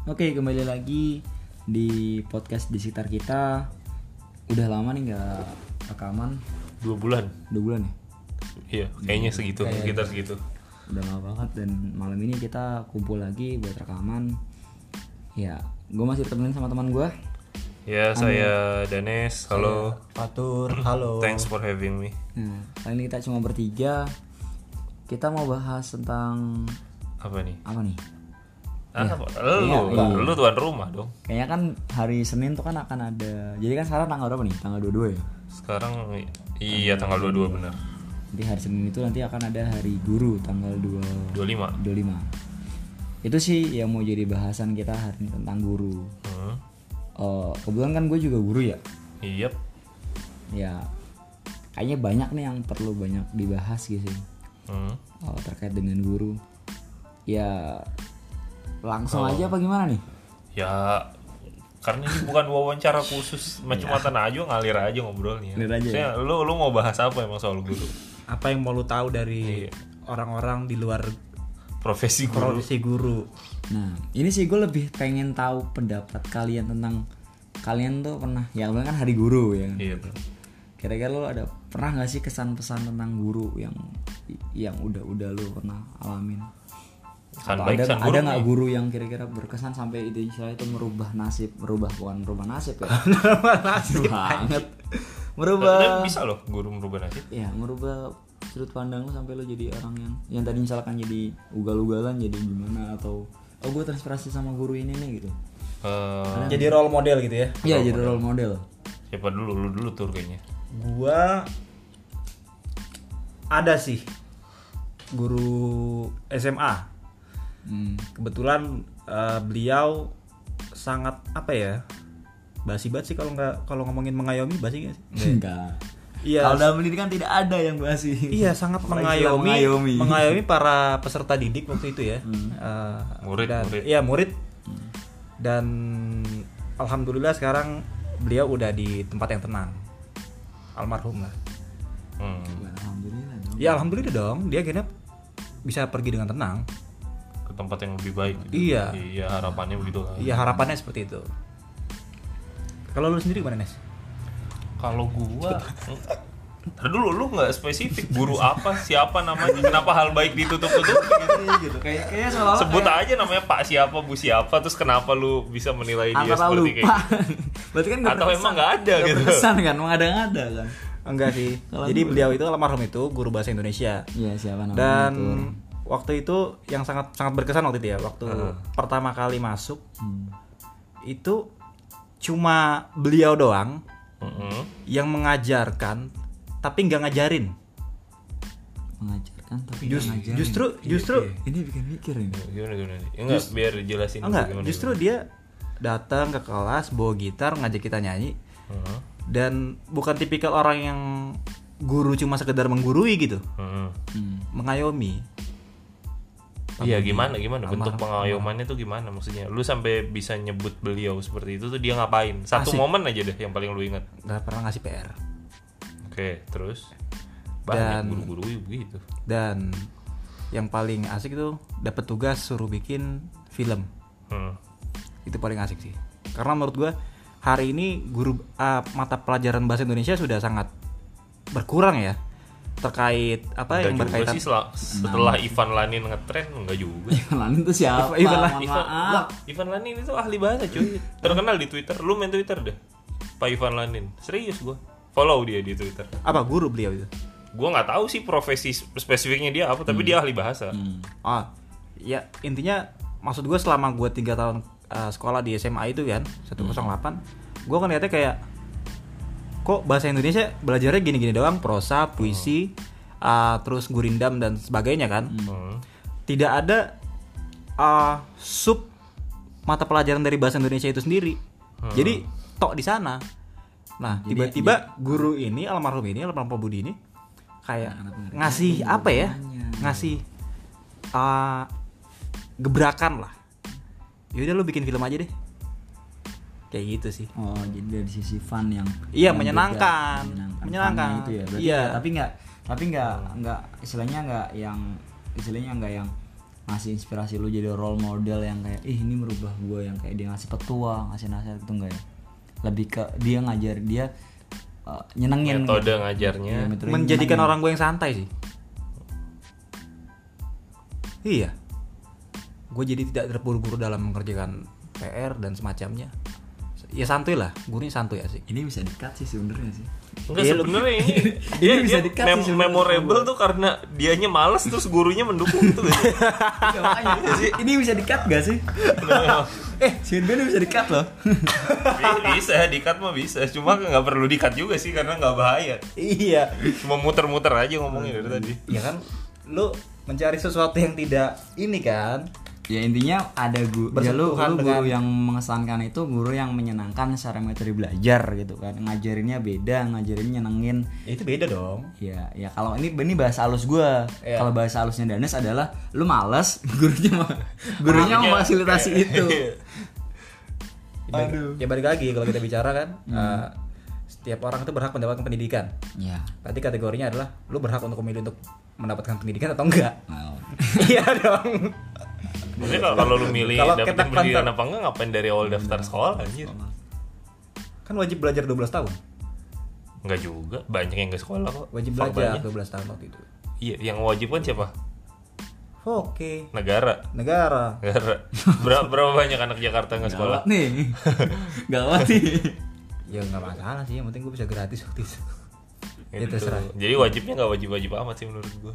Oke, kembali lagi di podcast di sekitar kita. Udah lama nih nggak rekaman. 2 bulan. 2 bulan ya? Iya, kayaknya segitu, sekitar segitu. Udah lama banget, dan malam ini kita kumpul lagi buat rekaman. Ya, gue masih ditemenin sama teman gue. Ya, saya Danes. Halo. Fatur, halo. Thanks for having me. Nah, kali ini kita cuma bertiga. Kita mau bahas tentang Apa nih? apa nih? Lu tuan rumah dong. Kayaknya kan hari Senin tuh kan akan ada. Jadi kan sekarang tanggal berapa nih? Tanggal 22 ya? Sekarang iya tanggal 22 benar. Jadi hari Senin itu nanti akan ada hari guru tanggal 25. 25. Itu sih yang mau jadi bahasan kita hari ini, tentang guru. Kebetulan kan gue juga guru ya. Iya. Ya kayaknya banyak nih yang perlu banyak dibahas gitu sih. Terkait dengan guru. Ya langsung aja apa gimana nih? Ya karena ini bukan wawancara khusus, macam-macam aja ngalir aja ngobrolnya. Ngalir aja. Maksudnya, lu mau bahas apa emang soal guru? Apa yang mau lu tahu dari orang-orang di luar Profesi guru? Nah, ini sih gue lebih pengen tahu pendapat kalian tentang, kalian tuh pernah, ya kan hari guru ya kan? Iya. Kira-kira lo pernah nggak sih kesan-pesan tentang guru yang udah lo pernah alamin? Atau ada nggak guru yang kira-kira berkesan sampai itu istilahnya itu merubah nasib, bukan merubah nasib ya? Nasib banget. Merubah. Bisa loh guru merubah nasib. Ya, merubah sudut pandang lo sampai lo jadi orang yang tadi misalkan jadi ugal-ugalan jadi gimana, atau gue terinspirasi sama guru ini nih gitu. Jadi role model gitu ya? Iya, jadi role model. Siapa dulu? Lu dulu tuh kayaknya. Gua ada sih guru SMA. Kebetulan beliau sangat apa ya? Basi banget sih kalau ngomongin mengayomi, basi nggak sih? Enggak. Iya. Kalau dalam pendidikan tidak ada yang basi. Iya, sangat mengayomi para peserta didik waktu itu ya. Murid. Iya, murid. Dan alhamdulillah sekarang beliau udah di tempat yang tenang. Almarhum lah. Alhamdulillah dong. Ya alhamdulillah dong, dia akhirnya bisa pergi dengan tenang Ke tempat yang lebih baik gitu. Iya, harapannya begitu kan. Iya, harapannya seperti itu. Kalau lu sendiri gimana, Nes? Kalau gua dulu lu nggak spesifik guru apa, siapa namanya, kenapa hal baik ditutup-tutup gitu. Kayaknya seolah-olah sebut aja namanya Pak siapa, Bu siapa, terus kenapa lu bisa menilai dia antara seperti lupa. kayak gitu? Berarti kan Atau emang nggak ada gitu? Berkesan kan, mengada-ngada kan. Enggak sih. Jadi beliau itu almarhum itu guru bahasa Indonesia. Iya, siapa namanya? Dan waktu itu yang sangat berkesan waktu itu ya, waktu pertama kali masuk itu cuma beliau doang yang mengajarkan tapi nggak ngajarin. Mengajarkan tapi ngajarin. Justru ini bikin mikir ini. Gimana? Enggak, biar jelasin. Justru dia datang ke kelas bawa gitar ngajak kita nyanyi. Dan bukan tipikal orang yang guru cuma sekedar menggurui gitu. Mengayomi. Iya, gimana bentuk pengayomannya tuh gimana maksudnya? Lu sampai bisa nyebut beliau seperti itu tuh dia ngapain? Satu momen aja deh yang paling lu ingat. Gak pernah ngasih PR. Oke, terus banyak guru-guru begitu. Dan yang paling asik itu dapat tugas suruh bikin film. Itu paling asik sih. Karena menurut gua hari ini guru mata pelajaran bahasa Indonesia sudah sangat berkurang ya. Terkait apa enggak yang berkaitan sih setelah Ivan Lanin ngetren, enggak juga. Ivan Lanin itu siapa? Ivan Lanin itu ahli bahasa cuy. Terkenal di Twitter. Lu main Twitter deh. Pak Ivan Lanin. Serius gua. Follow dia di Twitter. Apa guru beliau itu? Gua enggak tahu sih profesi spesifiknya dia apa, tapi dia ahli bahasa. Ya intinya maksud gua selama gua 3 tahun sekolah di SMA itu kan 108, gua kan lihatnya kayak kok bahasa Indonesia belajarnya gini-gini doang, prosa, puisi, terus gurindam dan sebagainya kan. Tidak ada sub mata pelajaran dari bahasa Indonesia itu sendiri. Jadi tok di sana. Nah, tiba-tiba guru ini, almarhum Pak Budi ini kayak ngasih apa ya? Ngasih gebrakan lah. Yaudah lu bikin film aja deh. Kayak gitu sih. Oh, jadi dari sisi fun yang menyenangkan itu ya. Berarti tapi enggak istilahnya enggak yang ngasih inspirasi lu jadi role model yang kayak ini merubah gue, yang kayak dia ngasih petua, ngasih nasihat gitu enggak ya? Lebih ke dia ngajar, dia nyenengin metode gitu. ngajarnya Iya, metode Menjadikan nyenengin. orang gue yang santai sih. Iya. Gue jadi tidak terburu-buru dalam mengerjakan PR dan semacamnya. Ya santuy lah, gurunya santuy ya sih. Ini bisa di-cut sih sebenarnya sih. enggak Iya, sebenarnya ini Ini bisa di-cut sih sebenarnya. memorable tuh karena dianya males terus gurunya mendukung gitu. Iya, makanya. Ini bisa di-cut gak sih? Si Unben bisa di-cut loh. Bisa di-cut mah bisa, cuma nggak perlu di-cut juga sih karena nggak bahaya. Iya. Cuma muter-muter aja ngomongnya dari tadi. Ya kan, lu mencari sesuatu yang tidak ini kan. Ya intinya ada lu Bersentuhan guru dengan- yang mengesankan itu guru yang menyenangkan secara metode belajar gitu kan. Ngajarinnya beda, ngajarinnya nyenengin. Ya, itu beda dong. Ya kalau ini bahasa halus gua. Iya. Kalau bahasa halusnya Danes adalah lu malas, gurunya Gurunya memfasilitasi itu. Ya balik lagi kalau kita bicara kan, setiap orang itu berhak mendapatkan pendidikan. Ya. Berarti kategorinya adalah lu berhak untuk memilih untuk mendapatkan pendidikan atau enggak. Wow. Iya dong. Maksudnya kalau lu milih Kalau dapetin kita pendidikan kontak- apa enggak, ngapain dari awal daftar sekolah anjir? Kan wajib belajar 12 tahun. Enggak juga, banyak yang enggak sekolah kok. Wajib belajar Faktanya. 12 tahun waktu itu. Iya, yang wajib kan siapa? Oke. Negara. Negara. Berapa banyak anak Jakarta yang nggak sekolah? Gawat nih. Gawat nih. Ya nggak masalah sih, yang penting gue bisa gratis waktu itu. Ya Gitu. terserah. Jadi wajibnya nggak wajib-wajib amat sih menurut gua.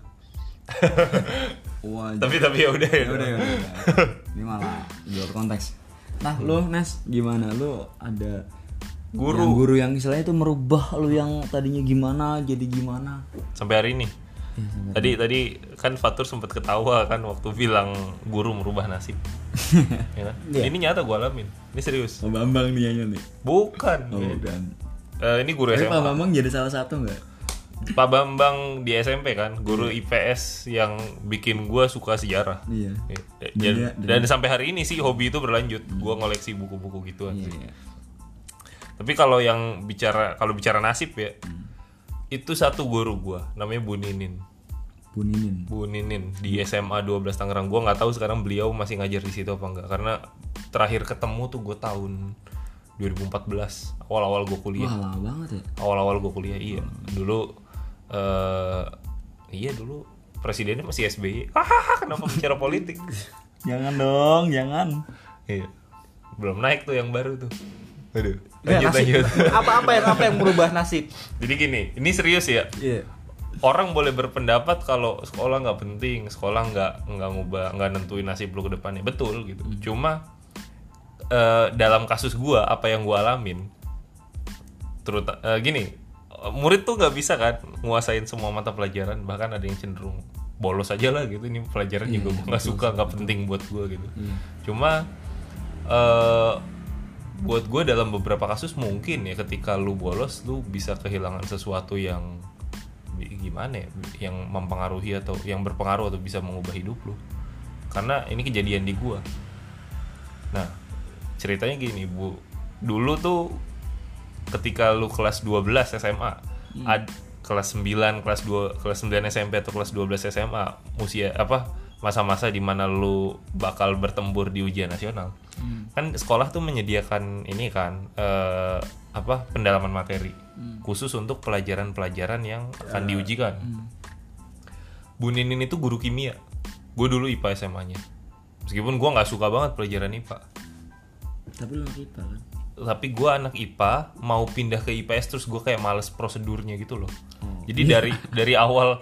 Wah. Tapi ya udah ya. Udah. Ini malah di luar konteks. Nah, lu Nes gimana? Lu ada guru yang istilahnya itu merubah lu yang tadinya gimana jadi gimana? Sampai hari ini. Tadi kan Fatur sempat ketawa kan waktu bilang guru merubah nasib. Ya kan? Iya. Ini nyata gua alamin. Ini serius. Oh, Bambang nih nih. Bukan. Oh, Ini- bukan. ini guru Tapi SMA. Pak Bambang jadi salah satu enggak? Pak Bambang di SMP kan, guru IPS yang bikin gua suka sejarah. Iya. Dan sampai hari ini sih hobi itu berlanjut. Gua ngoleksi buku-buku gituan sih. Iya. Tapi kalau bicara nasib ya, itu satu guru gua namanya Bu Ninin. Bu Ninin di SMA 12 Tangerang. Gua nggak tahu sekarang beliau masih ngajar di situ apa enggak, karena terakhir ketemu tuh gua tahun 2014, awal-awal gua kuliah. Wah, lama banget ya. Awal-awal gue kuliah, iya. Dulu dulu presidennya masih SBY. Kenapa bicara politik? Jangan dong, jangan. Iya. Belum naik tuh yang baru tuh. Aduh. Ya, Lanjut. apa yang merubah nasib? Jadi gini, ini serius ya. Iya. Orang boleh berpendapat kalau sekolah nggak penting, sekolah nggak nentuin nasib lu ke depannya. Betul gitu. Cuma dalam kasus gua, apa yang gua alamin, gini, murid tuh nggak bisa kan nguasain semua mata pelajaran, bahkan ada yang cenderung bolos aja lah gitu. Ini pelajaran juga gue nggak suka, nggak penting buat gue gitu. Cuma buat gue dalam beberapa kasus mungkin ya, ketika lu bolos lu bisa kehilangan sesuatu yang gimana ya, yang mempengaruhi atau yang berpengaruh atau bisa mengubah hidup lu. Karena ini kejadian di gue. Nah ceritanya gini Bu, dulu tuh ketika lu kelas 12 SMA, kelas 9, kelas 9 SMP atau kelas 12 SMA, masa-masa di mana lu bakal bertempur di ujian nasional. Kan sekolah tuh menyediakan ini kan pendalaman materi khusus untuk pelajaran-pelajaran yang akan diujikan. Bu Ninin itu guru kimia. Gue dulu IPA SMA-nya. Meskipun gue nggak suka banget pelajaran IPA. Tapi lu anak IPA kan? Tapi gue anak IPA mau pindah ke IPS terus gue kayak males prosedurnya gitu loh. Jadi dari awal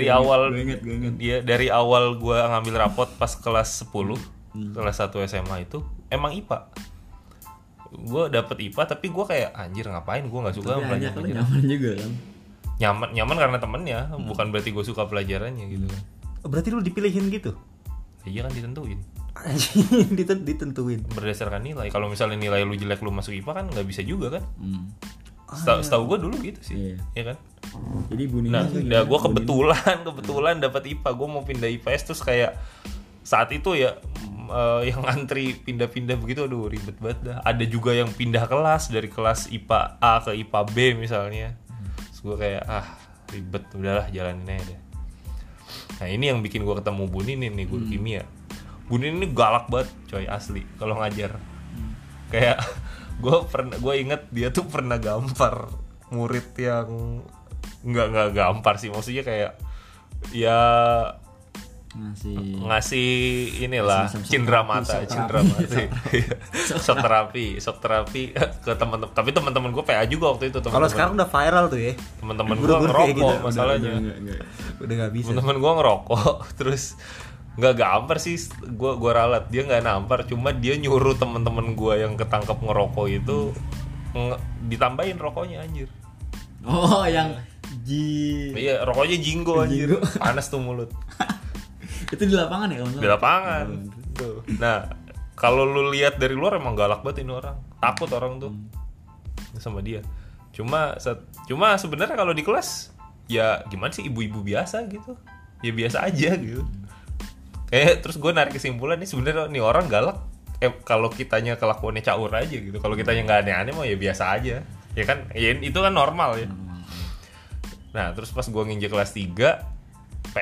dari awal gue ngambil rapot pas kelas 10 kelas 1 SMA itu emang IPA. Gue dapet IPA tapi gue kayak anjir ngapain, gue nggak suka Tapi pelajaran. nyaman juga kan? Nyaman karena temennya, bukan berarti gue suka pelajarannya gitu kan. Berarti lu dipilihin gitu? Iya kan ditentuin. Ditentuin. Berdasarkan nilai. Kalau misalnya nilai lu jelek lu masuk IPA kan nggak bisa juga kan. Setahu gue dulu gitu sih. Iya. Ya kan. Jadi Bu Ninin Nah, tuh udah gimana? gue kebetulan dapat IPA, gue mau pindah IPS terus kayak saat itu ya yang antri pindah-pindah begitu, aduh ribet banget dah. Ada juga yang pindah kelas dari kelas IPA A ke IPA B misalnya. Terus gue kayak ribet, udahlah jalanin aja deh. Nah ini yang bikin gue ketemu Bunin nih, guru kimia. Bunin ini galak banget coy, asli kalau ngajar. Kayak gue inget dia tuh pernah gampar murid yang nggak gampar sih, maksudnya kayak ya ngasih inilah cindera mata shock terapi ke teman-teman. Tapi teman-teman gue PA juga waktu itu. Kalau sekarang udah viral tuh ya, teman-teman gue ngerokok gitu. Masalahnya udah nggak bisa. Teman-teman gue ngerokok terus nggak gampar sih, gue ralat, dia nggak nampar, cuma dia nyuruh teman-teman gue yang ketangkep ngerokok itu ditambahin rokoknya anjir. Oh yang iya rokoknya Jinggo anjir. Panas tuh mulut. Itu di lapangan ya kalau di lapangan tuh. Nah kalau lu lihat dari luar emang galak banget ini orang, takut orang tuh sama dia. Cuma sebenarnya kalau di kelas ya gimana sih, ibu-ibu biasa gitu ya, biasa aja gitu. Terus gue narik kesimpulan nih sebenarnya nih orang galak kalau kitanya kelakuannya caur aja gitu. Kalau kitanya nggak aneh-aneh mah ya biasa aja ya kan, ya itu kan normal ya. Nah terus pas gue nginjek kelas 3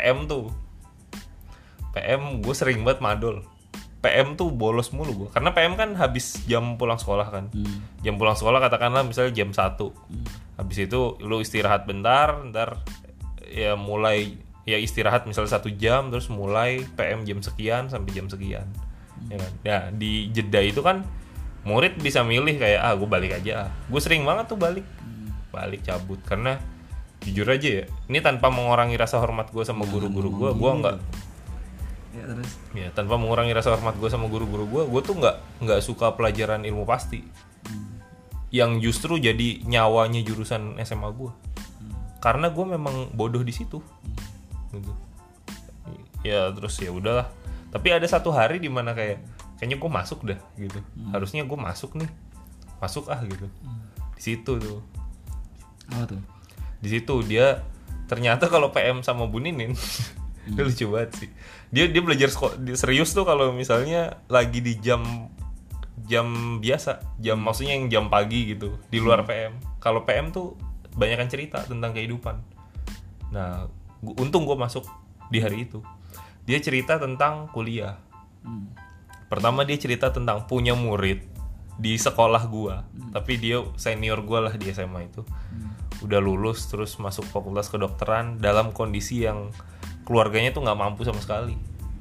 PM gue sering banget madol. PM tuh bolos mulu gue, karena PM kan habis jam pulang sekolah kan. Jam pulang sekolah katakanlah misalnya jam 1. Habis itu lu istirahat bentar, ntar ya mulai ya istirahat misalnya 1 jam, terus mulai PM jam sekian sampai jam sekian. Ya kan? Ya di jeda itu kan murid bisa milih kayak gue balik aja. Gue sering banget tuh balik cabut, karena jujur aja ya, ini tanpa mengurangi rasa hormat gue sama guru-guru gue nggak ya tanpa mengurangi rasa hormat gue sama guru-guru gue tuh nggak suka pelajaran ilmu pasti yang justru jadi nyawanya jurusan SMA gue, karena gue memang bodoh di situ gitu. Ya terus ya udahlah, tapi ada satu hari di mana kayaknya gue masuk dah gitu. Harusnya gue masuk gitu. Di situ tuh apa tuh, di situ dia ternyata kalau PM sama Buninin itu lucu banget sih. Dia belajar serius tuh kalau misalnya lagi di jam biasa, maksudnya yang jam pagi gitu, di luar PM. Kalau PM tuh banyakan cerita tentang kehidupan. Nah, untung gue masuk di hari itu. Dia cerita tentang kuliah. Pertama dia cerita tentang punya murid di sekolah gue, tapi dia senior gue lah di SMA itu. Udah lulus terus masuk fakultas kedokteran dalam kondisi yang keluarganya tuh nggak mampu sama sekali.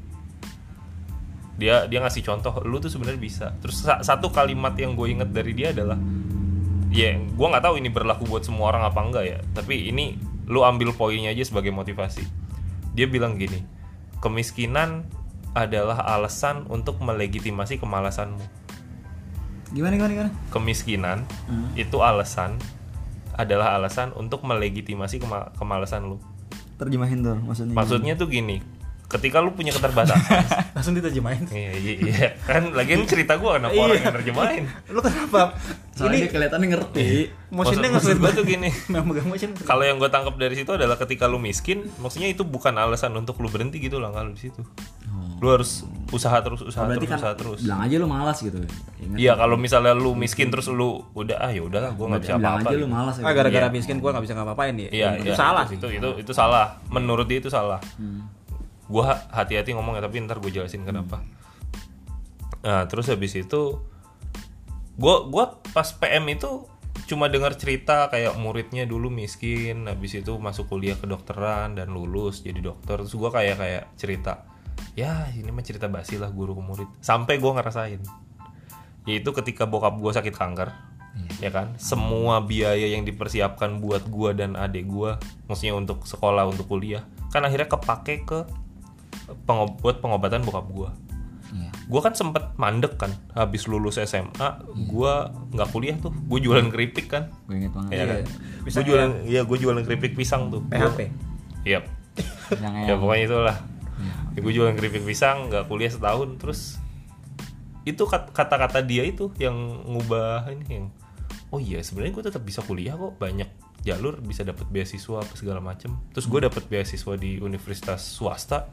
Dia ngasih contoh, lu tuh sebenarnya bisa. Terus satu kalimat yang gue inget dari dia adalah, ya gue nggak tahu ini berlaku buat semua orang apa enggak ya, tapi ini lu ambil poinnya aja sebagai motivasi. Dia bilang gini, kemiskinan adalah alasan untuk melegitimasi kemalasanmu. Gimana? Kemiskinan itu adalah alasan untuk melegitimasi kemalasan lu. Terjemahin tuh maksudnya tuh gini, ketika lu punya keterbatasan langsung diterjemahin. Iya kan, lagian cerita gue kenapa orang yang terjemahin. Lu kenapa? Soalnya dia kelihatannya ngerti. Motionnya nggak maksud gue tuh gini. motion. Kalau yang gue tangkap dari situ adalah ketika lu miskin, maksudnya itu bukan alasan untuk lu berhenti gitu lah kalau di situ. Lu harus usaha terus. Bilang aja lu malas gitu. Iya, kalau misalnya lu miskin terus lu udah ya udahlah gue nggak bisa apa-apa. Bilang aja lu malas. Gara-gara miskin gue nggak bisa ngapa-ngapain ya. Iya, itu salah. Itu salah. Menurut dia itu salah. Gue hati-hati ngomongnya, tapi ntar gue jelasin kenapa. Nah terus habis itu gue pas PM itu cuma dengar cerita kayak muridnya dulu miskin, habis itu masuk kuliah kedokteran dan lulus jadi dokter. Terus gue kayak cerita, ya ini mah cerita basi lah guru ke murid. Sampai gue ngerasain, yaitu ketika bokap gue sakit kanker, ya kan, semua biaya yang dipersiapkan buat gue dan adik gue, maksudnya untuk sekolah, untuk kuliah, kan akhirnya kepake ke buat pengobatan bokap gue. Gue kan sempet mandek kan, habis lulus SMA, gue nggak kuliah tuh, gue jualan keripik kan. Gue inget banget. Ya kan? Gue jualan keripik pisang tuh. PHP. Iya. Ya pokoknya itulah. Ya, gue jualan keripik pisang, nggak kuliah setahun, terus itu kata-kata dia itu yang ngubah ini, yang oh iya sebenarnya gue tetap bisa kuliah kok, banyak jalur bisa dapat beasiswa apa segala macem. Terus gue dapat beasiswa di universitas swasta.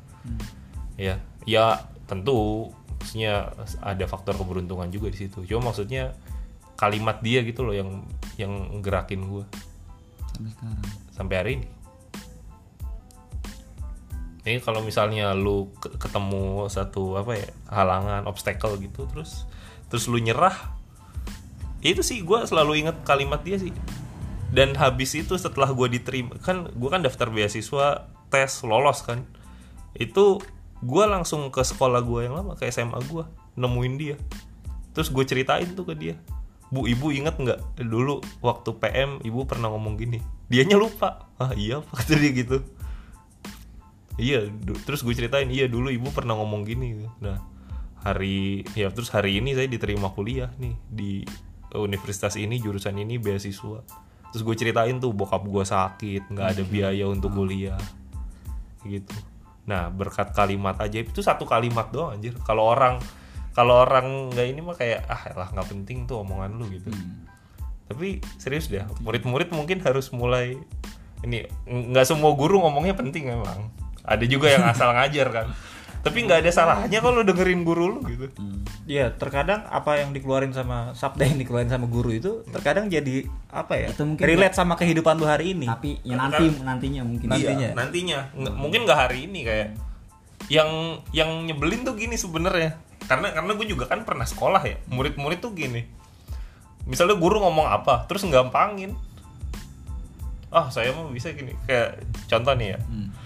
Ya tentu maksudnya ada faktor keberuntungan juga di situ. Cuma maksudnya kalimat dia gitu loh yang gerakin gue sampai sekarang, sampai hari ini. Ini kalau misalnya lu ketemu satu halangan, obstacle gitu, terus lu nyerah, itu sih gue selalu inget kalimat dia sih. Dan habis itu setelah gue diterima, kan gue kan daftar beasiswa, tes lolos kan, itu gue langsung ke sekolah gue yang lama, ke SMA gue, nemuin dia. Terus gue ceritain tuh ke dia, Bu, ibu inget nggak dulu waktu PM ibu pernah ngomong gini. Dianya lupa. Ah iya Pak, kata dia gitu. Iya, terus gue ceritain, iya dulu ibu pernah ngomong gini. Nah terus hari ini saya diterima kuliah nih di universitas ini, jurusan ini, beasiswa. Terus gue ceritain tuh bokap gue sakit, nggak ada biaya untuk kuliah gitu. Nah berkat kalimat ajaib itu, satu kalimat doang anjir. Kalau orang nggak ini mah kayak lah nggak penting tuh omongan lu gitu. Tapi serius deh, murid-murid mungkin harus mulai ini. Nggak semua guru ngomongnya penting emang. Ada juga yang asal ngajar kan. Tapi nggak ada salahnya kalau dengerin guru lu gitu. Iya, terkadang apa yang dikeluarin sama sabda yang dikeluarin sama guru itu terkadang jadi apa ya? Itu mungkin relate sama kehidupan lu hari ini. Tapi ya nantinya mungkin. Nantinya. Mungkin nggak hari ini kayak yang nyebelin tuh gini sebenarnya. Karena gue juga kan pernah sekolah ya. Murid-murid tuh gini. Misalnya guru ngomong apa, terus nggampangin. Saya mah bisa gini. Kayak contoh nih ya.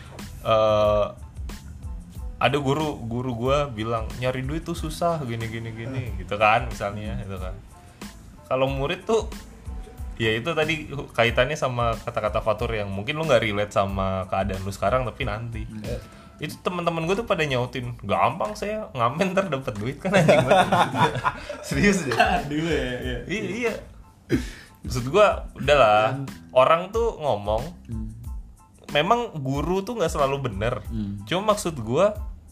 Ada guru gue bilang nyari duit tuh susah gini gitu kan, misalnya itu kan. Kalau murid tuh ya itu tadi kaitannya sama kata-kata Fatur yang mungkin lu nggak relate sama keadaan lu sekarang, tapi nanti itu teman-teman gue tuh pada nyautin, gampang saya ngamen ntar dapat duit kan, anjing banget. Serius deh dulu ya. Iya maksud gue udahlah, orang tuh ngomong memang guru tuh nggak selalu benar. Cuma maksud gue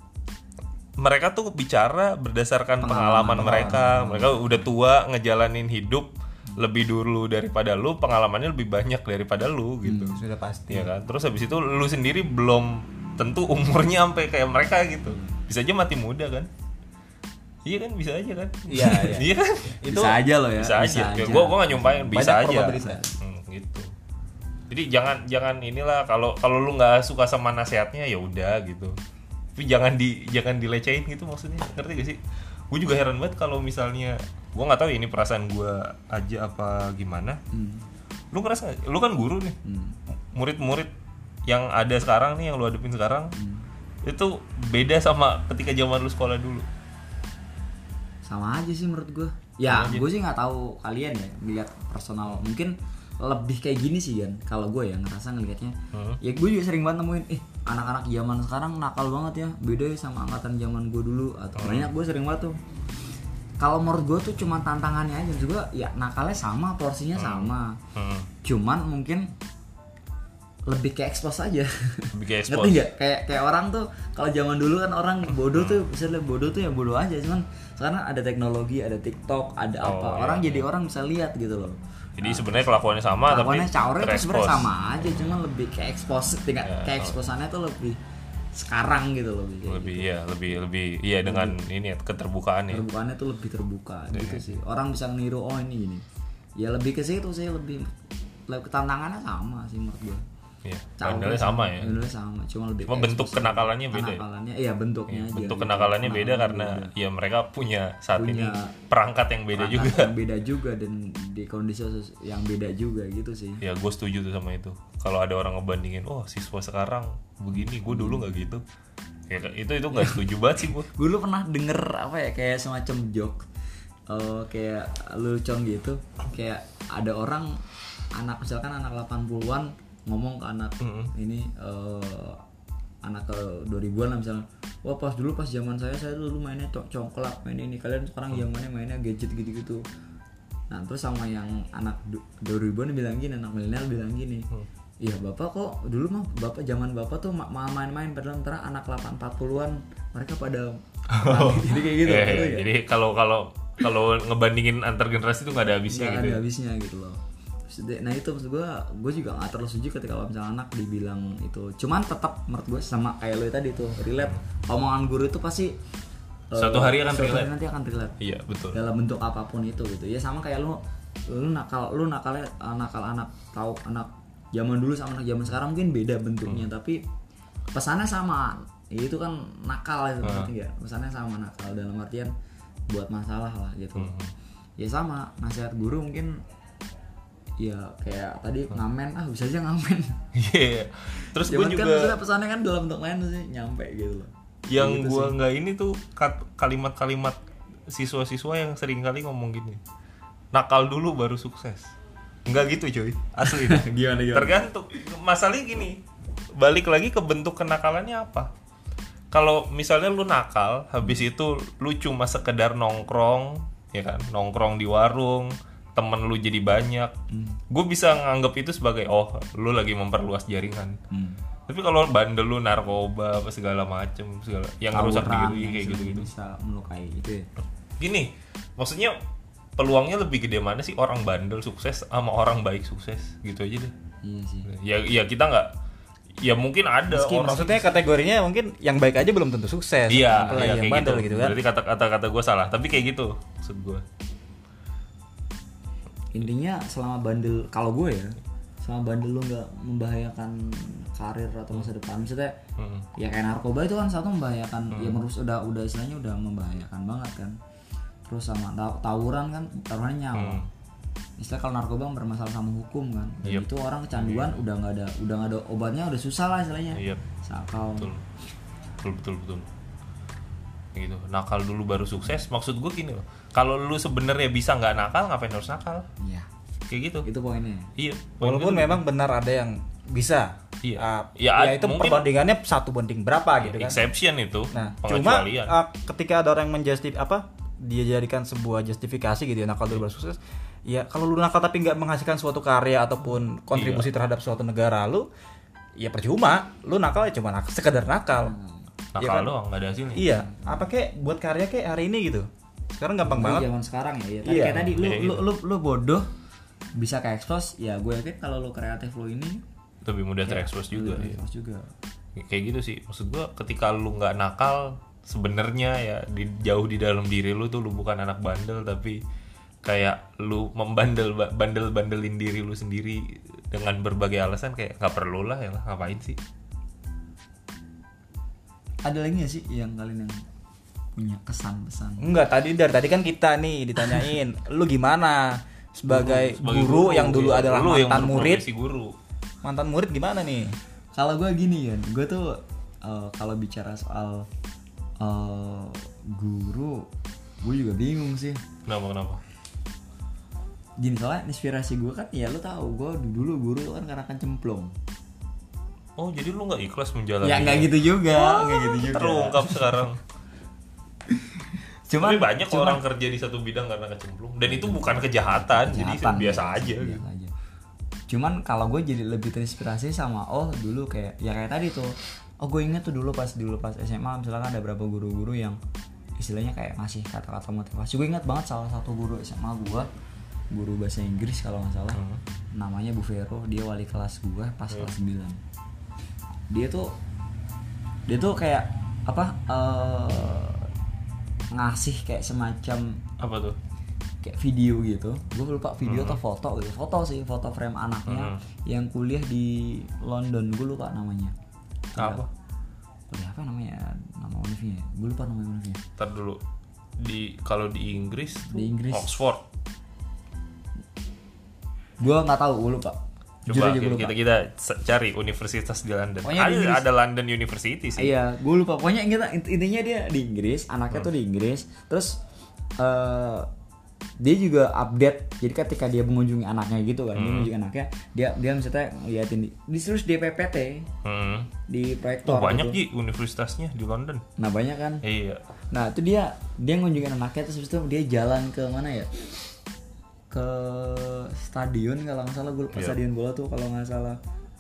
mereka tuh bicara berdasarkan pengalaman mereka. Mereka udah tua ngejalanin hidup lebih dulu daripada lu, pengalamannya lebih banyak daripada lu gitu. Sudah pasti. Ya kan? Terus habis itu lu sendiri belum tentu umurnya sampai kayak mereka gitu. Bisa aja mati muda kan? Iya kan, bisa aja kan? Iya. Iya kan? Itu bisa aja loh ya. Bisa aja. Gue nggak nyumpahin, bisa banyak aja. Gitu. Jadi jangan inilah, kalau lu nggak suka sama nasihatnya ya udah gitu. Tapi jangan dilecehin gitu maksudnya, ngerti gak sih? Gue juga heran banget kalau misalnya, gue nggak tahu ya ini perasaan gue aja apa gimana. Lu ngerasa gak? Lu kan guru nih, murid-murid yang ada sekarang nih, yang lu hadapin sekarang, itu beda sama ketika zaman lu sekolah dulu. Sama aja sih menurut gue. Ya gue sih nggak tahu kalian ya, ngeliat personal mungkin lebih kayak gini sih kan. Kalau gue ya ngerasa ngelihatnya, ya gue juga sering banget nemuin anak-anak zaman sekarang nakal banget ya, beda ya sama angkatan zaman gue dulu atau banyak. Gue sering banget tuh, kalau menurut gue tuh cuma tantangannya aja juga, ya nakalnya sama, porsinya sama, cuman mungkin lebih ke expose aja. Ngerti nggak? Kayak orang tuh kalau zaman dulu kan orang bodoh tuh, misalnya bodoh tuh ya bodoh aja, cuman sekarang ada teknologi, ada TikTok, ada orang jadi orang bisa lihat gitu loh. Jadi sebenarnya kelakuannya sama, tapi caurnya itu sebenarnya sama aja, cuman lebih ke expose, tingkat ke exposannya tuh lebih sekarang gitu loh. Lebih dengan ini keterbukaan ya. Terbukaannya tuh lebih terbuka gitu sih. Orang bisa niru ini gini. Ya lebih ke situ sih, lebih tantangannya sama sih menurut gue. Iya, bandalnya sama ya. Bandalnya sama, cuma lebih. Cuma bentuk kenakalannya beda. Iya bentuknya aja. Bentuk kenakalannya beda karena ya mereka punya ini perangkat yang beda juga. Yang beda juga dan di kondisi yang beda juga gitu sih. Ya gue setuju tuh sama itu. Kalau ada orang ngebandingin, siswa sekarang begini, gue dulu nggak gitu. Ya, itu nggak setuju banget sih gue. Gue dulu pernah denger kayak semacam joke, kayak lelucon gitu. Kayak ada orang misalkan anak 80-an ngomong ke anak ini anak ke 2000-an lah misalnya, wah pas zaman saya dulu mainnya congklak, main ini, kalian sekarang zamannya mainnya gadget gitu-gitu. Nah terus sama yang anak 2000-an bilang gini, anak milenial bilang gini, iya bapak kok dulu mah bapak zaman bapak tuh main-main, padahal antara anak 80-an mereka pada jadi kayak gitu. Jadi kalau ngebandingin antar generasi tuh nggak ada habisnya gitu. Nggak ada habisnya gitu loh. Nah itu maksud gue juga gak terlalu setuju ketika kalau misalnya anak dibilang itu. Cuman tetap menurut gue sama kayak lo tadi tuh, relate. Omongan guru itu pasti suatu hari akan relate. Nanti akan relate. Iya betul. Dalam bentuk apapun itu gitu. Ya sama kayak lu nakalnya anak tahu anak zaman dulu sama anak zaman sekarang mungkin beda bentuknya, tapi pesannya sama. Itu kan nakal itu berarti ya. Pesannya sama, nakal dalam artian buat masalah lah gitu. Ya sama, nasihat guru mungkin ya kayak tadi ngamen, bisa aja ngamen. Iya. Terus gue juga kan pesannya kan dalam bentuk lain sih nyampe gitu loh. Yang gitu gue nggak ini tuh kalimat-kalimat siswa-siswa yang sering kali ngomong gini, nakal dulu baru sukses. Enggak gitu cuy, asli. Gimana? Tergantung, masalahnya gini, balik lagi ke bentuk kenakalannya apa. Kalau misalnya lu nakal, habis itu lu cuma sekedar nongkrong, ya kan, nongkrong di warung, temen lu jadi banyak, gue bisa nganggap itu sebagai lu lagi memperluas jaringan. Tapi kalau bandel lu narkoba apa segala macem, segala yang rusak diri kayak gitu-gitu, bisa melukai gitu ya. Gini, maksudnya peluangnya lebih gede mana sih orang bandel sukses sama orang baik sukses, gitu aja deh. Iya sih. Ya kita nggak, ya mungkin ada orang. Maksudnya kategorinya mungkin yang baik aja belum tentu sukses. Iya, apalagi yang kayak bandel gitu kan. Berarti kata-kata gue salah, tapi kayak gitu maksud gue. Intinya selama bandel, kalau gue ya, selama bandel lu nggak membahayakan karir atau masa depan, maksudnya ya kayak narkoba itu kan satu membahayakan, ya menurut udah istilahnya udah membahayakan banget kan. Terus sama tawuran kan, taruhannya nyawa. Istilah kalau narkoba bermasalah sama hukum kan, dan itu orang kecanduan udah nggak ada obatnya, udah susah lah istilahnya. Sakau. Betul. Gitu. Nakal dulu baru sukses. Maksud gue gini loh. Kalau lu sebenarnya bisa nggak nakal, ngapain harus nakal? Iya. Kayak gitu. Itu poinnya. Iya. Walaupun memang benar ada yang bisa. Iya. Ya itu perbandingannya 1 banding berapa gitu kan. Exception itu. Nah, cuma ketika ada orang dia jadikan sebuah justifikasi gitu ya, nakal dulu baru sukses. Ya kalau lu nakal tapi nggak menghasilkan suatu karya ataupun kontribusi terhadap suatu negara lu, ya percuma. Lu nakal ya cuma sekedar nakal. Nakal ya kan? doang, nggak ada hasilnya. Iya. Apa kek buat karya kek hari ini gitu. Sekarang gampang banget. Zaman sekarang ya. Tadi kayak tadi lu bodoh bisa ke expose, ya gue yakin kalau lu kreatif lu ini lebih mudah terekspos juga. juga. Kayak gitu sih. Maksud gue ketika lu nggak nakal, sebenarnya ya jauh di dalam diri lu tuh lu bukan anak bandel, tapi kayak lu bandelin diri lu sendiri dengan berbagai alasan, kayak nggak perlu lah ya, ngapain sih. Ada lagi gak sih yang kalian yang punya kesan-pesan? Enggak, dari tadi kan kita nih ditanyain lu gimana sebagai guru yang dulu adalah mantan murid. Mantan murid gimana nih? Kalau gue gini kan, gue tuh kalau bicara soal guru, gue juga bingung sih. Kenapa? Gini, soalnya inspirasi gue kan, ya lu tahu gue dulu guru kan karena kan cemplung. Oh, jadi lu nggak ikhlas menjalani? Ya nggak gitu juga, Terungkap sekarang. Cuman, tapi banyak orang kerja di satu bidang karena kecemplung, dan itu bukan kejahatan. Jadi biasa aja. Gitu. Cuman kalau gue jadi lebih terinspirasi sama dulu kayak tadi tuh. Gue inget tuh dulu pas SMA, misalkan ada beberapa guru-guru yang istilahnya kayak ngasih kata-kata motivasi. Gue inget banget salah satu guru SMA gue, guru bahasa Inggris kalau nggak salah, namanya Bu Vero. Dia wali kelas gue pas kelas 9. Dia tuh kayak ngasih kayak semacam apa tuh, kayak video gitu. Gue lupa video atau foto gitu. Foto frame anaknya yang kuliah di London. Gue lupa namanya. Apa? Kuliah apa namanya? Nama universitasnya. Gue lupa nama universitasnya. Ntar dulu. Kalau di Inggris Oxford. Gue nggak tahu, gue lupa. Coba kita cari universitas di London. Ada London University sih. Iya, gue lupa. Pokoknya intinya dia di Inggris, anaknya tuh di Inggris. Terus dia juga update. Jadi ketika dia mengunjungi anaknya gitu kan, dia mengunjungi anaknya, dia misalnya ngeliatin terus di PPT, di proyektor. Banyak gitu. Universitasnya di London. Nah banyak kan. Iya. Nah itu dia ngunjungin anaknya, terus habis itu dia jalan ke mana ya? Ke stadion kalau nggak salah, gue lupa stadion bola tuh kalau nggak salah.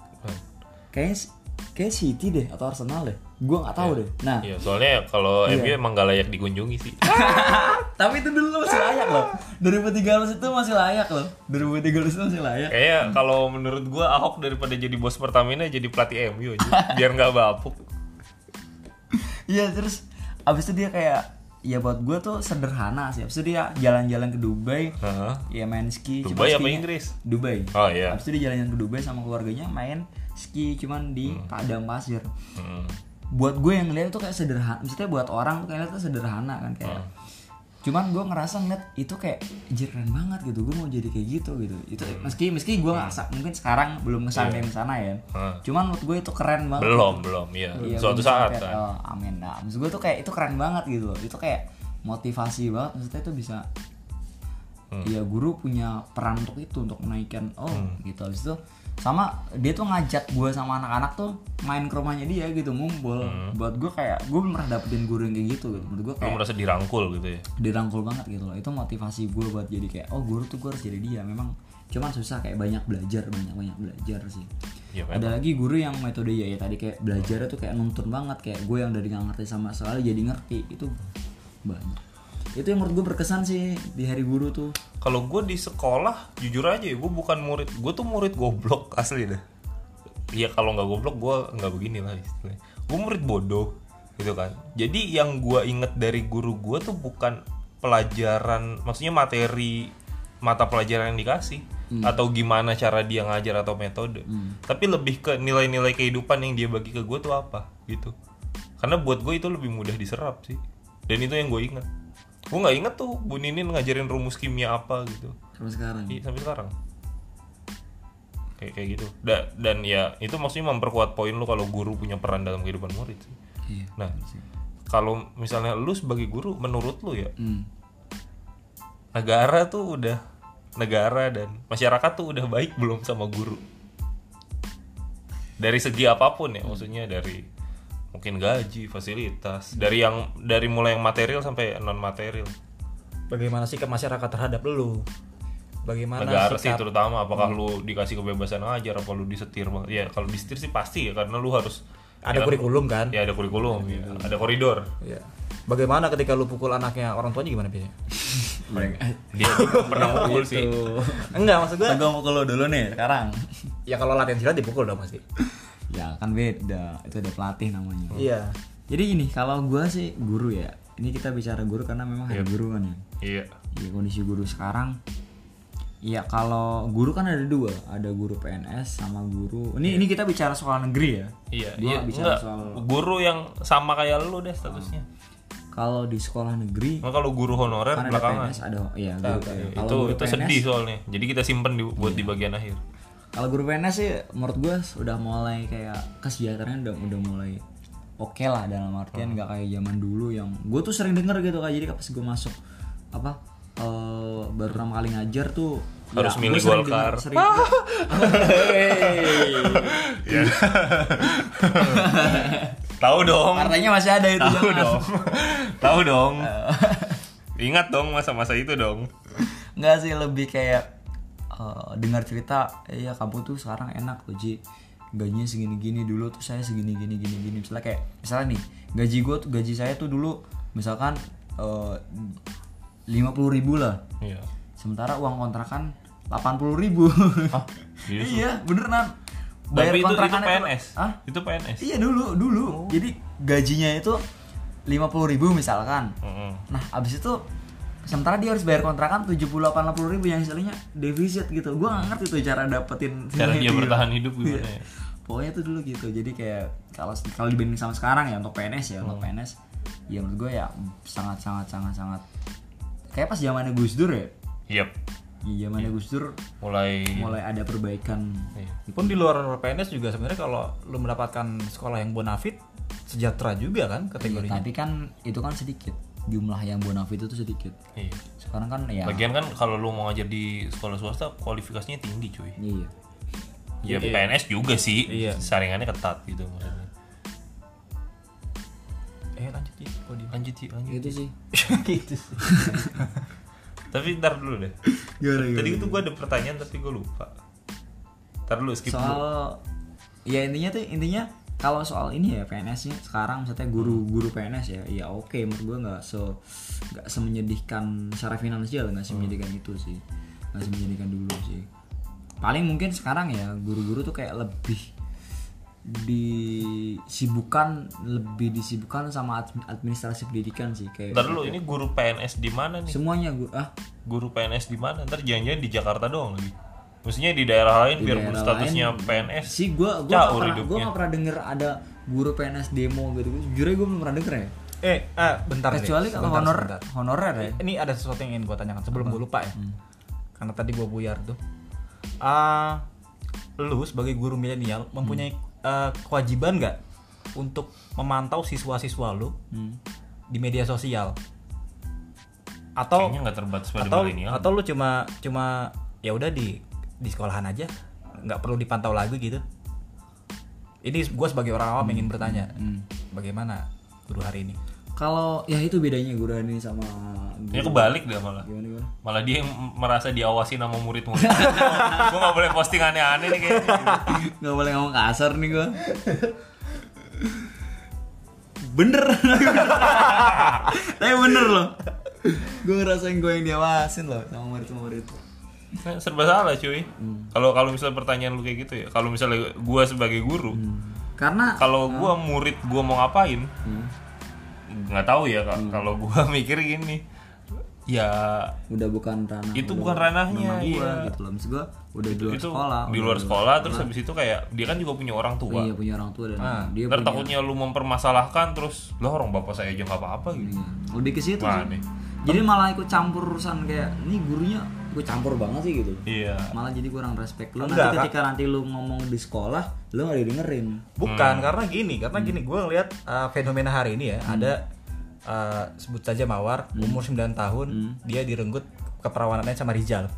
Kayak City deh atau Arsenal deh, gue nggak tahu deh. Nah, soalnya kalau MU emang gak layak dikunjungi sih. Tapi itu dulu masih layak loh. 2013 itu masih layak loh. 2013 itu masih layak. Kayaknya kalau menurut gue Ahok daripada jadi bos Pertamina jadi pelatih MU aja, biar nggak bapuk. Iya, terus abis itu dia kayak, ya buat gue tuh sederhana sih. Abis itu dia jalan-jalan ke Dubai, ya main ski. Dubai apa Inggris? Dubai. Oh iya. Abis itu dia jalan-jalan ke Dubai sama keluarganya, main ski cuman di padang pasir. Buat gue yang ngeliat itu kayak sederhana, maksudnya buat orang tuh kayak itu sederhana kan kayak. Cuman gue ngerasa ngeliat itu kayak anjir keren banget gitu, gue mau jadi kayak gitu. Itu meski gue mungkin sekarang belum ngesampein sana ya. Cuman menurut gue itu keren banget. Belum ya. Suatu saat kan. Amin. Nah, maksud gue tuh kayak itu keren banget gitu. Itu kayak motivasi banget, maksudnya itu bisa ya guru punya peran untuk itu, untuk menaikkan gitu. Habis itu sama dia tuh ngajak gue sama anak-anak tuh main ke rumahnya dia gitu, ngumpul. Buat gue kayak gue belum pernah dapetin guru yang kayak gitu. Menurut gue kayak lu merasa dirangkul gitu ya. Dirangkul banget gitu loh. Itu motivasi gue buat jadi kayak guru tuh gue harus jadi dia. Memang cuman susah, kayak banyak belajar sih. Ya, ada lagi guru yang metode ya tadi kayak belajar tuh kayak nuntun banget, kayak gue yang dari nggak ngerti sama sekali jadi ngerti. Itu banyak. Itu yang menurut gue berkesan sih di hari guru tuh. Kalau gue di sekolah jujur aja ya, gue bukan murid, gue tuh murid goblok asli dah. Iya kalau nggak goblok gue nggak begini lah istilahnya. Gue murid bodoh gitu kan. Jadi yang gue inget dari guru gue tuh bukan pelajaran, maksudnya materi mata pelajaran yang dikasih atau gimana cara dia ngajar atau metode, tapi lebih ke nilai-nilai kehidupan yang dia bagi ke gue tuh apa gitu. Karena buat gue itu lebih mudah diserap sih, dan itu yang gue inget. Gue nggak inget tuh Bu Ninin ngajarin rumus kimia apa gitu sampai sekarang. Sampai sekarang kayak gitu. Dan ya itu maksudnya memperkuat poin lu kalau guru punya peran dalam kehidupan murid sih. Iya, nah kalau misalnya lu sebagai guru, menurut lu ya negara dan masyarakat tuh udah baik belum sama guru dari segi apapun ya, maksudnya dari mungkin gaji, fasilitas, dari mulai yang material sampai non material. Bagaimana sikap masyarakat terhadap lu? Bagaimana negara sih terutama, apakah lu dikasih kebebasan ngajar, apa lu disetir banget? Ya kalau disetir sih pasti ya, karena lu harus ada kurikulum kan? Ya ada kurikulum, ya. Ada koridor. Ya. Bagaimana ketika lu pukul anaknya, orang tuanya gimana biasanya? Dia pernah pukul sih. Enggak, maksud gue. Gue mukul lo dulu nih sekarang. Ya kalau latihan silat dipukul dong pasti. Ya kan beda, itu ada pelatih namanya. Iya. Jadi gini, kalau gue sih guru ya. Ini kita bicara guru karena memang hari guru kan ya. Iya. Iya, kondisi guru sekarang. Iya, kalau guru kan ada dua, ada guru PNS sama guru. Ini kita bicara soal negeri ya. Iya. Gua bicara soal guru yang sama kayak lu deh statusnya. Kalau di sekolah negeri, kalau guru honorer kan belakangan. PNS, ada ya guru. Itu PNS, sedih soalnya. Jadi kita simpen buat di bagian akhir. Kalau guru PNS sih menurut gue udah mulai kayak kesejahteraannya udah mulai oke lah, dalam artian nggak kayak zaman dulu yang gue tuh sering denger gitu kan. Jadi pas gue masuk baru pertama kali ngajar tuh harus ya, milih Golkar. Tahu dong. Partainya masih ada itu. Tahu dong. Ingat dong masa-masa itu dong. Nggak sih, lebih kayak dengar cerita, ya kamu tuh sekarang enak tuh Ji, gajinya segini-gini, dulu tuh saya segini-gini. Misalnya nih gaji saya tuh dulu misalkan 50.000 lah. Iya. Sementara uang kontrakan 80.000. Iya beneran. Bayar kontrakan itu PNS. Itu PNS. Iya dulu. Jadi gajinya itu 50.000 misalkan. Nah abis itu sementara dia harus bayar kontrakan 70-80 ribu yang istilahnya defisit gitu. Gue gak ngerti tuh cara dapetin cara dia bertahan hidup gimana ya. Pokoknya tuh dulu gitu. Jadi kayak kalau dibanding sama sekarang ya, untuk PNS ya, untuk PNS ya menurut gue ya sangat kayak pas zamannya Gus Dur ya. Yep. Iya, zamannya Gus Dur mulai ada perbaikan. Pun di luar PNS juga sebenarnya kalau lu mendapatkan sekolah yang bonafit, sejahtera juga kan kategorinya. Tapi kan itu kan sedikit. Jumlah yang bonafit itu sedikit. Iya. Sekarang kan ya. Bagian kan kalau lu mau ngajar di sekolah swasta kualifikasinya tinggi cuy. Iya. Ya PNS juga sih. Iya. Saringannya ketat gitu maksudnya. Lanjut sih. Gitu sih. Gitu sih. Tapi ntar dulu deh. Gimana? Tadi itu gue ada pertanyaan tapi gue lupa. Ntar dulu skip soal, dulu. Ya intinya kalau soal ini ya PNS nya sekarang, misalnya guru PNS ya oke, menurut gue nggak semenyedihkan secara finansial, nggak semenyedihkan itu sih, nggak semenyedihkan dulu sih. Paling mungkin sekarang ya guru-guru tuh kayak lebih disibukkan sama administrasi pendidikan sih kayak. Ntar dulu, ini guru PNS di mana nih? Semuanya guru PNS di mana? Ntar jangan-jangan di Jakarta doang lagi. Maksudnya di daerah lain Di biar daerah statusnya lain, PNS. sih gue nggak pernah denger ada guru PNS demo gitu. Jujur gue belum pernah denger ya. Bentar deh. Kecuali kalau honorer ya. Ini ada sesuatu yang ingin gue tanyakan sebelum gue lupa ya. Karena tadi gue buyar tuh. Lu sebagai guru milenial mempunyai kewajiban nggak untuk memantau siswa-siswa lu di media sosial? Atau kayaknya nggak terbatas pada milenial. Atau lu cuma ya udah di sekolahan aja, nggak perlu dipantau lagi gitu? Ini gue sebagai orang awam ingin bertanya, bagaimana guru hari ini? Kalau ya itu bedanya guru hari ini sama Ya kebalik dia malah. Gimana? Malah dia yang merasa diawasi sama murid-murid. Gue nggak boleh posting aneh-aneh nih kayaknya. Nggak boleh ngomong kasar nih gue. Bener. Tapi bener loh. Gue ngerasain gue yang diawasin loh sama murid-murid. Serba salah cuy. Kalau misalnya pertanyaan lu kayak gitu ya. Kalau misalnya gue sebagai guru, Karena kalau gue murid gue mau ngapain, nggak tahu ya. Kalau gue mikir gini, ya udah bukan ranah. itu bukan ranahnya. Iya. Gitu loh. Maksud gue udah di luar Itu sekolah. di luar sekolah terus habis itu kayak dia kan juga punya orang tua. Iya punya orang tua dan dia Ntar punya. takutnya lu mempermasalahkan terus lo orang bapak saya aja nggak apa-apa gitu. Iya. Lebih ke situ Wah, sih. nih. Jadi malah ikut campur urusan kayak ini gurunya gue campur banget sih gitu. Iya. Malah jadi kurang respect lu. Enggak, Nanti ketika nanti lu ngomong di sekolah, lu nggak didengerin. Bukan, karena gini gue ngelihat fenomena hari ini ya, ada sebut saja Mawar, umur 9 tahun, dia direnggut keperawanannya sama Rizal.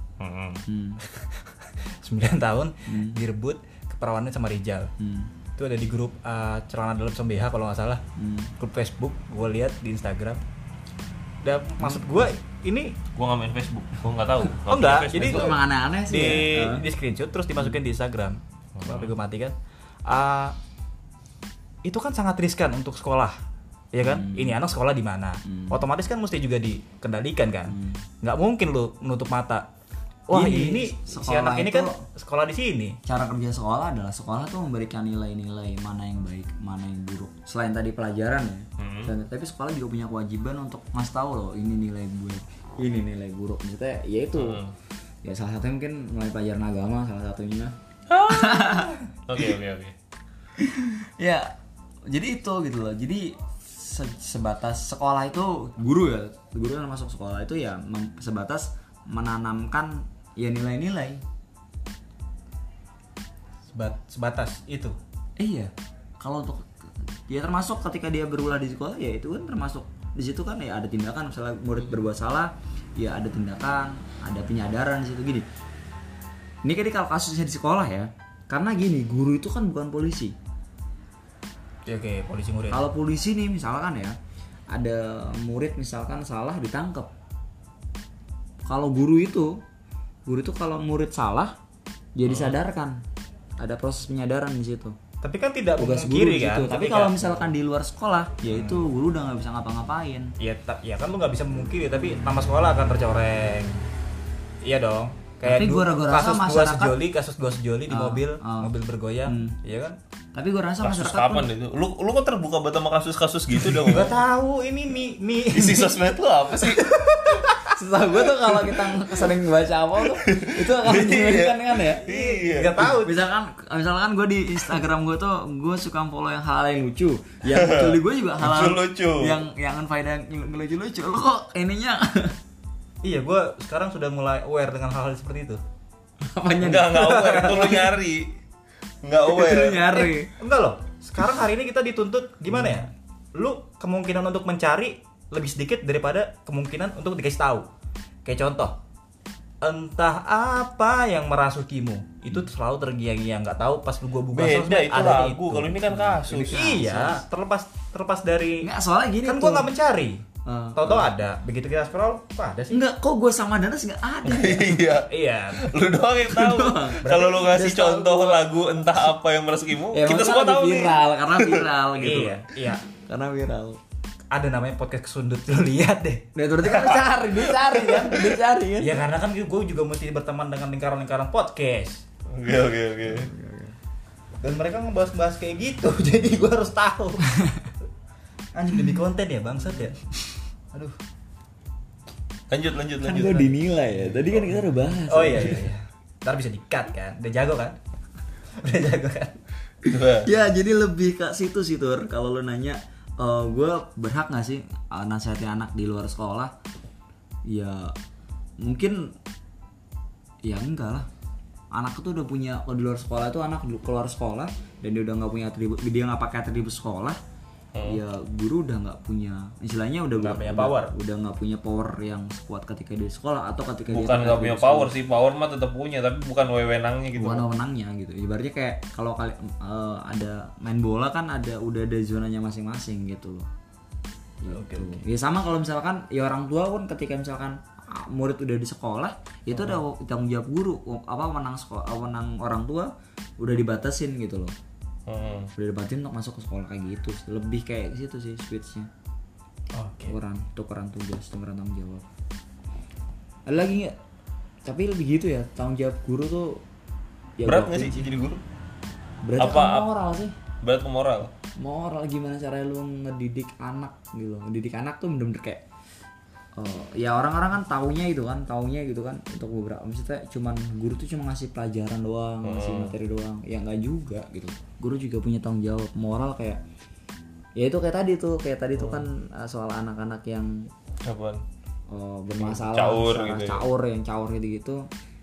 9 tahun direbut keperawanannya sama Rizal. Itu ada di grup celana dalam SMBH kalau nggak salah, grup Facebook, gue lihat di Instagram. Dan maksud gue ini Gue nggak main Facebook, gue nggak tahu. Oh, enggak, punya jadi Facebook. Itu emang aneh-aneh sih. di screenshot terus dimasukin di Instagram. Sampai gue mati kan. Itu kan sangat riskan untuk sekolah. Ya kan? Ini anak sekolah di mana? Otomatis kan mesti juga dikendalikan kan. Nggak mungkin lu menutup mata. Wah, Gini, ini si sekolah anak ini itu- kan sekolah di sini. Cara kerja sekolah adalah sekolah tuh memberikan nilai-nilai mana yang baik, mana yang buruk. Selain tadi pelajaran ya, tapi sekolah juga punya kewajiban untuk ngasih tahu loh ini nilai baik, ini nilai buruk. Maksudnya ya itu, ya salah satunya mungkin mulai pelajaran agama salah satunya. Oke. Ya, jadi itu gitu loh. Jadi sebatas sekolah itu guru yang masuk sekolah itu ya sebatas menanamkan ya nilai-nilai. Sebatas itu. Iya, kalau untuk ya termasuk ketika dia berulah di sekolah ya itu kan termasuk di situ kan ya ada tindakan, misalnya murid berbuat salah ya ada tindakan, ada penyadaran di situ gini. Ini kalau kasusnya di sekolah ya, karena gini guru itu kan bukan polisi. Oke, polisi murid. Kalau polisi nih misalkan ya ada murid misalkan salah ditangkap. Kalau guru itu kalau murid salah dia disadarkan, ada proses penyadaran di situ. Tapi kan tidak Tugas guru memungkiri di kan. situ. Tapi kalau misalkan di luar sekolah, ya itu guru udah nggak bisa ngapa-ngapain. ya kan lu nggak bisa memungkiri, tapi nama sekolah akan tercoreng. Iya dong. Kayak Tapi gua rasa masyarakat- kasus gua sejoli di mobil bergoyang, iya kan? Tapi gue rasa Kasus masyarakat kapan itu? Lu kok terbuka banget sama kasus-kasus gitu dong? Gak tahu ini mi Isi sosmed lu apa sih? setahu gue tuh kalau kita sering baca apa tuh itu akan menjadikan kan ya. Iya. Gak tahu. Misalkan gue di Instagram gue tuh gue suka follow yang hal yang lucu. Yang lucu di gue juga hal Lucu-lucu. yang unfaedah yang lucu-lucu. Lo kok ininya Iya, gue sekarang sudah mulai aware dengan hal-hal seperti itu. apanya? Enggak aware, itu lu nyari. Enggak aware. Itu nyari. Enggak loh. Sekarang hari ini kita dituntut gimana ya? Lu kemungkinan untuk mencari lebih sedikit daripada kemungkinan untuk dikasih tahu. Kayak contoh, entah apa yang merasukimu, itu selalu tergiang-giang, nggak tahu pas gua buka Beda sosmed itu ada lagu, kalau ini kan kasus. Iya, terlepas dari Enggak, soalnya gini kan tuh. gua nggak mencari. Ah. Tahu-tahu ada. Begitu kita scroll, kok ada sih? Enggak, kok gue sama Danas enggak ada. Iya. Iya. Lu doang yang tahu. Kalau lu ngasih contoh lagu entah apa yang merasukimu, Ya, kita maksudnya semua lagi tahu nih. viral, karena viral gitu. Iya, iya. Karena viral. Ada namanya podcast kesundut, lu lihat deh. Nah, berarti kan dia cari kan. Ya karena kan gue juga mesti berteman dengan lingkaran-lingkaran podcast. Oke. Dan mereka ngebahas-bahas kayak gitu, jadi gue harus tahu. Anjing demi konten ya bangsat ya. Aduh. Lanjut. Kan gue dinilai ya. Tadi kan kita udah bahas. Oh iya. Ntar bisa di-cut kan. Udah jago kan? Udah jago kan? Ya jadi lebih ke situ sih Tur. Kalau lu nanya gue berhak nggak sih nasihatin anak di luar sekolah? Ya mungkin ya enggak lah. Anak itu udah punya, kalau di luar sekolah itu anak keluar sekolah dan dia udah nggak punya atribut, dia nggak pakai atribut sekolah. Ya guru udah nggak punya, istilahnya udah nggak punya power yang sekuat ketika dia di sekolah atau ketika bukan dia nggak punya power sih, power mah tetap punya tapi bukan wewenangnya gitu. Bukan wewenangnya gitu. Ibaratnya kayak kalau ada main bola kan udah ada zonanya masing-masing gitu loh. Gitu. Ya sama kalau misalkan ya orang tua pun ketika misalkan murid udah di sekolah itu ada tanggung jawab guru, menang orang tua udah dibatasin gitu loh. Udah dibatin untuk masuk ke sekolah kayak gitu, lebih kayak situ sih switchnya. Tukeran tugas, tukeran tanggung jawab. Ada lagi nggak? Tapi lebih gitu ya, tanggung jawab guru tuh ya berat nggak sih jadi guru? Berat apa moral sih? Berat ke moral. Moral gimana caranya lu ngedidik anak gitu. Ngedidik anak tuh bener-bener kayak ya orang-orang kan taunya gitu kan untuk beberapa, maksudnya cuman guru tuh cuma ngasih pelajaran doang, ngasih materi doang, ya nggak juga gitu. Guru juga punya tanggung jawab moral kayak ya itu kayak tadi tuh kan soal anak-anak yang bermasalah, caur gitu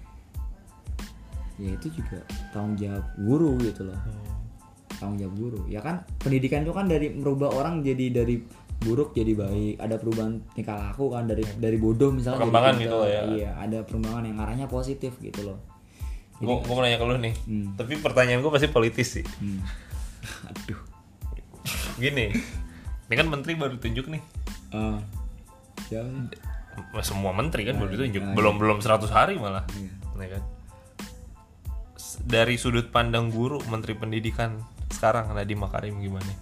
ya itu juga tanggung jawab guru gitu loh. Tanggung jawab guru ya kan, pendidikan itu kan dari merubah orang jadi dari buruk jadi baik, ada perubahan tingkah laku kan, dari bodoh misalnya perkembangan jadi gitu ya. Iya, ada perkembangan yang arahnya positif gitu loh. Gue mau nanya ke lu nih, tapi pertanyaan gue pasti politis sih. Aduh. Gini, ini kan menteri baru ditunjuk nih. Semua menteri kan baru ditunjuk, belum 100 hari malah. Ya kan? Dari sudut pandang guru, menteri pendidikan sekarang Nadiem Makarim gimana?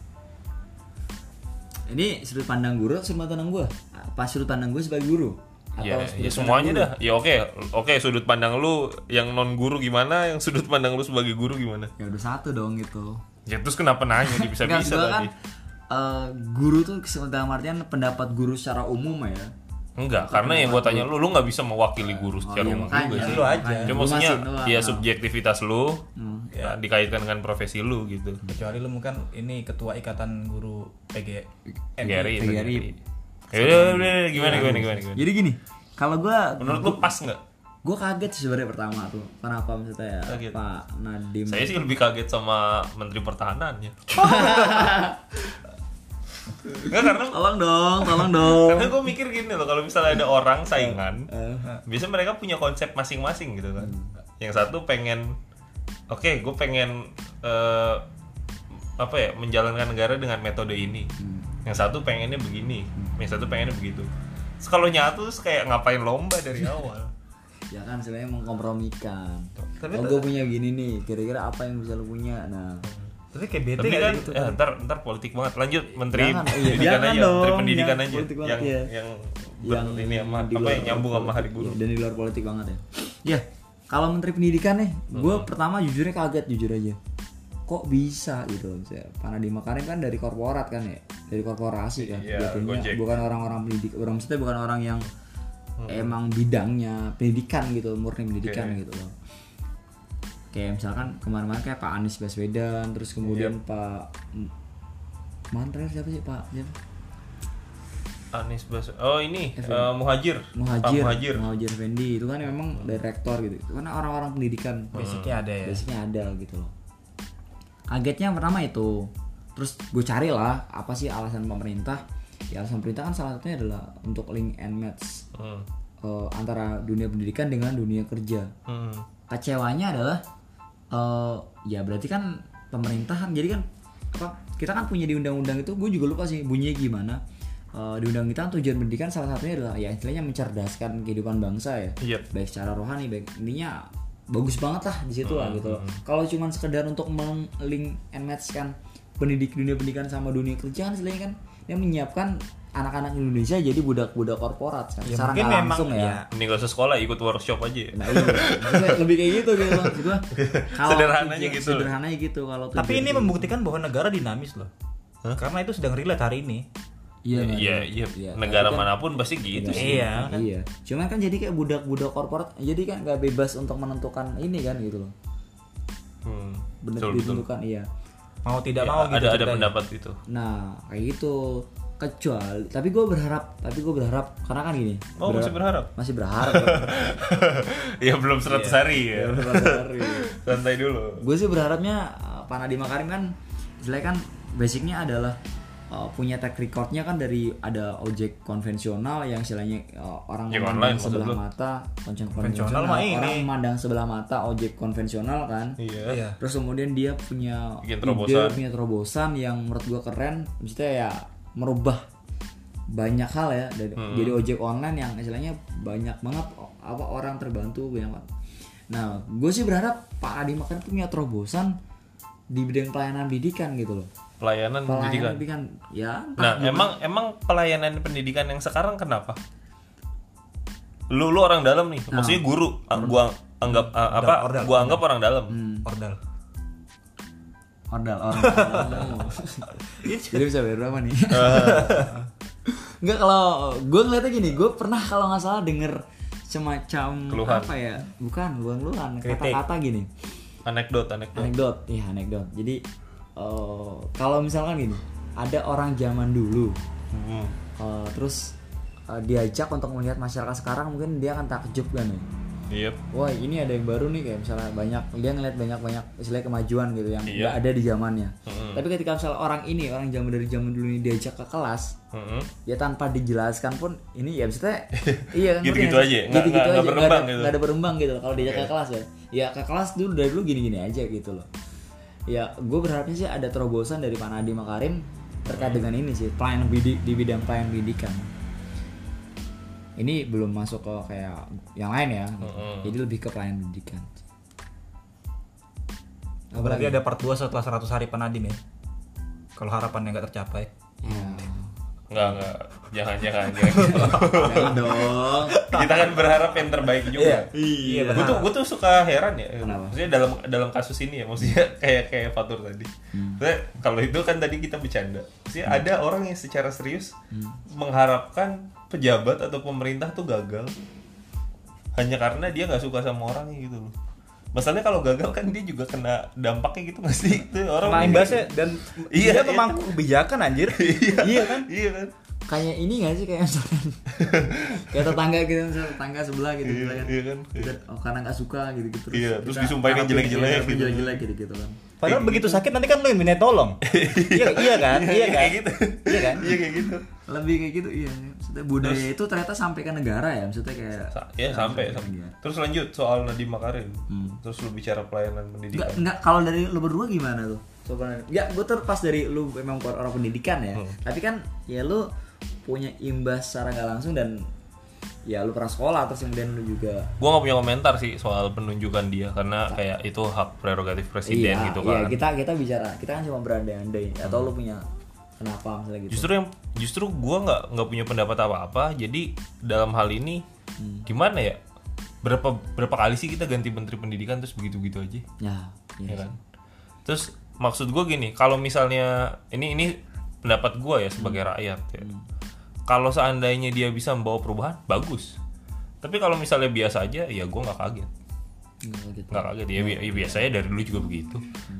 Ini sudut pandang guru, sudut pandang gue. Pas sudut pandang gue sebagai guru. Ya semuanya dah. Ya oke, sudut pandang lu yang non guru gimana, yang sudut pandang lu sebagai guru gimana? Ya udah satu dong gitu. Ya terus kenapa nanya bisa-bisa tadi? Kan, guru tuh dalam artian pendapat guru secara umum ya. Enggak, karena yang gue tanya lu nggak bisa mewakili guru secara umum juga sih. Lu aja. Cuma maksudnya ya subjektivitas lu ya, dikaitkan dengan profesi lu gitu. Kecuali lu mungkin ini ketua ikatan guru PGRI. Udah, gimana? Jadi gini, kalau gue menurut lu pas nggak? Gue kaget sih sebenarnya pertama tuh. Kenapa maksudnya ya Pak Nadiem? Saya sih lebih kaget sama Menteri Pertahanannya. Nggak, karena tolong dong. Karena gue mikir gini loh, kalau misalnya ada orang saingan, biasanya mereka punya konsep masing-masing gitu kan. Yang satu pengen, gue pengen menjalankan negara dengan metode ini. Yang satu pengennya begini, yang satu pengennya begitu. Terus kalau nyatu kayak ngapain lomba dari awal? Ya kan sebenarnya mengkompromikan. Tapi gue punya gini nih, kira-kira apa yang bisa lu punya? Nah. Tapi kayak bete kan gitu. Ntar politik banget. Lanjut Menteri Pendidikan aja, Menteri Pendidikan aja yang ini sama apa yang nyambung sama Hari Guru. Dan di luar politik banget ya. Ya, kalau Menteri Pendidikan nih, gue pertama jujur aja. Kok bisa gitu loh, misalnya Pak Nadiem Makarim kan dari korporat kan ya, dari korporasi kan. Jatuhnya bukan orang-orang pendidik, maksudnya bukan orang yang emang bidangnya pendidikan gitu, murni pendidikan gitu loh. Kayak misalkan kemarin-kemarin kayak Pak Anies Baswedan, terus kemudian Pak Mantre siapa sih Pak? Anies Baswedan. Muhajir Effendi itu kan memang dari rektor gitu. Itu kan orang-orang pendidikan. Basicnya ada gitu loh. Kagetnya pertama itu. Terus gue cari lah apa sih alasan pemerintah. Ya alasan pemerintah kan salah satunya adalah untuk link and match antara dunia pendidikan dengan dunia kerja. Kecewanya adalah ya berarti kan pemerintah kan, jadi kan kita kan punya di undang-undang itu, gue juga lupa sih bunyinya gimana. Di undang kita tujuan pendidikan salah satunya adalah ya istilahnya mencerdaskan kehidupan bangsa ya. Baik secara rohani, baik intinya bagus banget lah di situ lah gitu loh. Kalau cuma sekedar untuk link and match kan dunia pendidikan sama dunia kerja kan istilahnya kan dia menyiapkan anak-anak Indonesia jadi budak-budak korporat kan. Ya, secara nggak langsung ya. Ini gak usah sekolah, ikut workshop aja. Nah, iya. Lebih kayak gitu maksud gua. Sederhananya gitu kalau tapi ini membuktikan bahwa negara dinamis loh. Karena itu sedang relate hari ini. Iya. Negara kan, manapun pasti gitu sih. Iya. Iya. Cuman kan jadi kayak budak-budak korporat, jadi kan nggak bebas untuk menentukan ini kan gitu loh. Bener ditentukan iya. Mau tidak Ya, mau gitu. ada ceritanya. pendapat itu. Nah kayak gitu. Kecuali, tapi gue berharap karena kan gini. Oh, masih berharap? Masih berharap. Ya belum 100 hari ya. Santai dulu. Gue sih berharapnya Pak Nadiem Makarim kan istilahnya kan basicnya adalah punya track recordnya kan dari ada ojek konvensional yang istilahnya orang Ojek memandang online, sebelah maksud lu? mata Konvensional mah ini. orang memandang sebelah mata ojek konvensional kan. Iya. Terus kemudian dia punya Bikin ide, punya terobosan yang menurut gua keren, maksudnya ya merubah banyak hal ya dari jadi ojek online yang istilahnya banyak banget orang terbantu banyak banget. Nah, gue sih berharap Pak Nadiem Makarim punya terobosan di bidang pelayanan pendidikan gitu loh. Pelayanan pendidikan. Ya. Nah, emang pelayanan pendidikan yang sekarang kenapa? Lu orang dalam nih, maksudnya guru. Gua anggap Gua anggap orang dalam. Ordal. Jadi bisa bayar berapa nih? Enggak, kalau gue ngeliatnya gini, gue pernah kalau nggak salah denger semacam Keluhan. apa ya? Bukan keluhan, Kritik. kata-kata gini. Anekdot. Iya anekdot. Jadi kalau misalkan gini, ada orang zaman dulu, terus diajak untuk melihat masyarakat sekarang, mungkin dia akan takjub kan ya. Yep. Wah ini ada yang baru nih, kayak misalnya dia ngeliat banyak istilahnya kemajuan gitu yang Iya. nggak ada di zamannya. Tapi ketika misalnya orang dari zaman dulu ini diajak ke kelas, ya tanpa dijelaskan pun ini ya maksudnya iya kan Gitu-gitu ngerti aja, nggak sih? Gitu-gitu nggak aja, berkembang gitu. nggak ada berkembang gitu kalau diajak ke kelas ya ke kelas dulu dari dulu gini-gini aja gitu loh. Ya gue berharapnya sih ada terobosan dari Pak Nadiem Makarim terkait dengan ini sih, pelayanan di bidang pelayanan pendidikan. Ini belum masuk ke kayak yang lain ya, jadi lebih ke pelayanan pendidikan. Berarti ada part 2 setelah 100 hari Pak Nadiem ya. Kalau harapannya nggak tercapai. Ya. Enggak. Jangan. Jangan dong. Kita kan berharap yang terbaik juga. Iya. Gue tuh suka heran ya. Kenapa? Maksudnya dalam kasus ini ya, maksudnya kayak Fatur tadi. Maksudnya kalau itu kan tadi kita bercanda. Maksudnya ada orang yang secara serius mengharapkan pejabat atau pemerintah tuh gagal hanya karena dia nggak suka sama orangnya gitu loh. Masalahnya kalau gagal kan dia juga kena dampaknya gitu nggak sih? Itu orang Nah, imbasnya dan Iya, dia memangku kebijakan anjir. Iya kan? Iya kan? Kayak ini nggak sih, kayak misalkan kayak tetangga gitu, misalnya tetangga sebelah gitu misalkan. Iya kan? Karena nggak suka gitu terus. Iya, terus kita disumpahin yang harapin jelek-jelek gitu. jelek-jelek gitu kan. Padahal begitu sakit nanti kan lo yang minta tolong. Iya kan? Iya kan? Kayak gitu. Iya kan? Iya kayak gitu. Lebih kayak gitu iya. Maksudnya budaya itu ternyata sampai ke negara ya, maksudnya kayak Ya sampai. Iya. Terus lanjut soal Nadiem Makarim. Terus lu bicara pelayanan pendidikan. Enggak kalau dari lu berdua gimana tuh? Sebenarnya. Ya, gue terpas dari lu memang orang pendidikan ya. Tapi kan ya lu punya imbas secara nggak langsung dan ya lu pernah sekolah terus kemudian lu juga Gua nggak punya komentar sih soal penunjukan dia karena kayak itu hak prerogatif presiden gitu kan. Iya, kita bicara, kita kan cuma berandai-andai atau lu punya kenapa misalnya gitu. Justru gua nggak punya pendapat apa-apa. Jadi dalam hal ini gimana ya? Berapa kali sih kita ganti menteri pendidikan terus begitu-begitu aja? Ya kan? Terus maksud gua gini, kalau misalnya ini pendapat gua ya sebagai rakyat ya. Kalau seandainya dia bisa membawa perubahan, bagus. Tapi kalau misalnya biasa aja, ya gue nggak kaget. Nggak kaget ya, biasanya dari dulu juga begitu.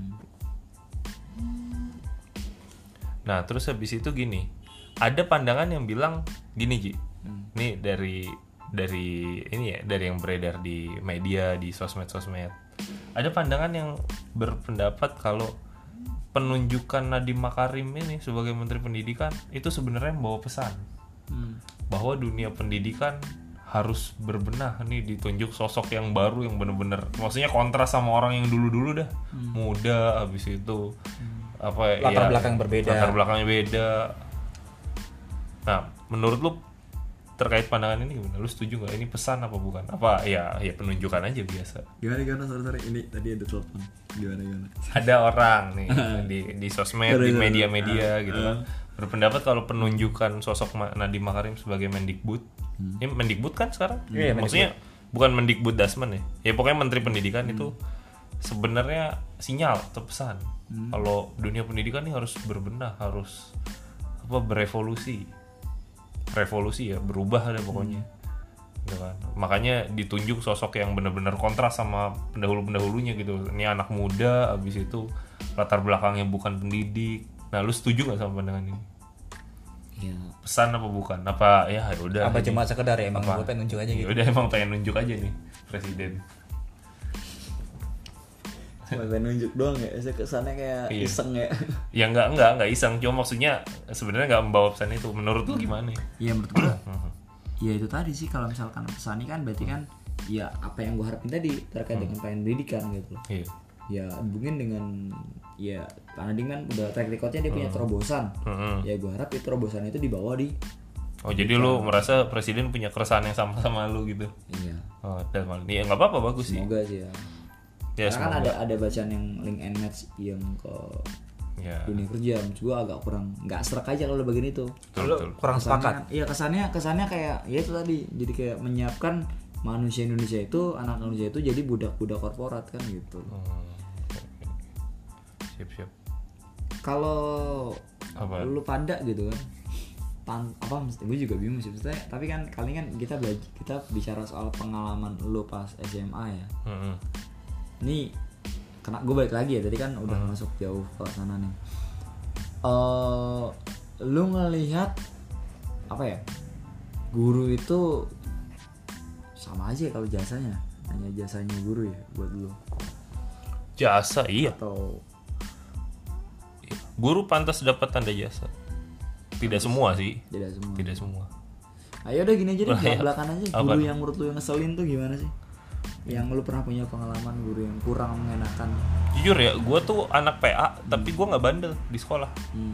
Nah, terus habis itu gini, ada pandangan yang bilang gini Ji, ini dari ini ya, dari yang beredar di media, di sosmed. Ada pandangan yang berpendapat kalau penunjukan Nadiem Makarim ini sebagai Menteri Pendidikan itu sebenarnya membawa pesan bahwa dunia pendidikan harus berbenah nih, ditunjuk sosok yang baru yang bener-bener maksudnya kontras sama orang yang dulu-dulu dah muda, habis itu latar belakang berbeda, latar belakangnya beda. Nah, menurut lu terkait pandangan ini gimana? Lu setuju nggak? Ini pesan apa bukan? Apa ya penunjukan aja biasa? Gimana sorry ini tadi ada telepon. Gimana? Ada orang nih di sosmed, di media-media gitu kan berpendapat kalau penunjukan sosok Nadiem Makarim sebagai Mendikbud. Ini Mendikbud kan sekarang? Iya, maksudnya bukan Mendikbud Dasman ya. Ya pokoknya Menteri Pendidikan itu sebenarnya sinyal atau pesan kalau dunia pendidikan ini harus berbenah, harus berevolusi. Revolusi ya, berubah ada pokoknya. Gitu kan. Makanya ditunjuk sosok yang benar-benar kontras sama pendahulu-pendahulunya gitu. Ini anak muda, abis itu latar belakangnya bukan pendidik. Nah, lu setuju gak sama pandangan ini? Ya. Pesan apa bukan? Apa ya udah. Apa cuma sekedar ya emang gue pengen nunjuk aja gitu. Ya udah emang pengen nunjuk aja nih presiden. Cuma pengen nunjuk doang ya, kesannya kayak iseng ya. Ya enggak iseng, cuma maksudnya sebenarnya enggak membawa pesan itu. Menurut lu gimana? Iya menurut gua. Ya itu tadi sih, kalau misalkan pesan ini kan berarti kan ya apa yang gua harapin tadi terkait dengan pendidikan gitu loh. Iya. Ya hubungin dengan ya Pak Nadiem kan udah track recordnya dia punya terobosan. Ya gua harap itu terobosan itu dibawa di. Oh jadi lu merasa presiden punya keresahan yang sama lu gitu? Iya. Oh dalam hal ini ya nggak apa-apa, bagus sih. Semoga sih ya. Ya karena kan ada bacaan yang link and match yang ke dunia kerja, menurut gue agak kurang, nggak serak aja kalau bagian itu. Betul. Kurang sepakat. Iya kesannya kayak ya itu tadi, jadi kayak menyiapkan manusia Indonesia itu, anak Indonesia itu jadi budak-budak korporat kan gitu. Siap. Kalau lu pada gitu kan, mesti gue juga bingung sih, tapi kan kali kan kita bicara soal pengalaman lu pas SMA ya. Ini kena gue balik lagi ya, tadi kan udah masuk jauh ke sana nih. Lu ngelihat apa ya, guru itu sama aja kalau jasanya, hanya jasanya guru ya buat lu? Jasa iya. Atau guru pantas dapat tanda jasa? Tidak semua sih. Tidak semua. Ayo udah gini aja deh, belak-belakan aja. Guru Apa? yang menurut lu yang ngeselin tuh gimana sih? Yang lu pernah punya pengalaman guru yang kurang mengenakan? Jujur ya, gue tuh anak PA tapi gue nggak bandel di sekolah.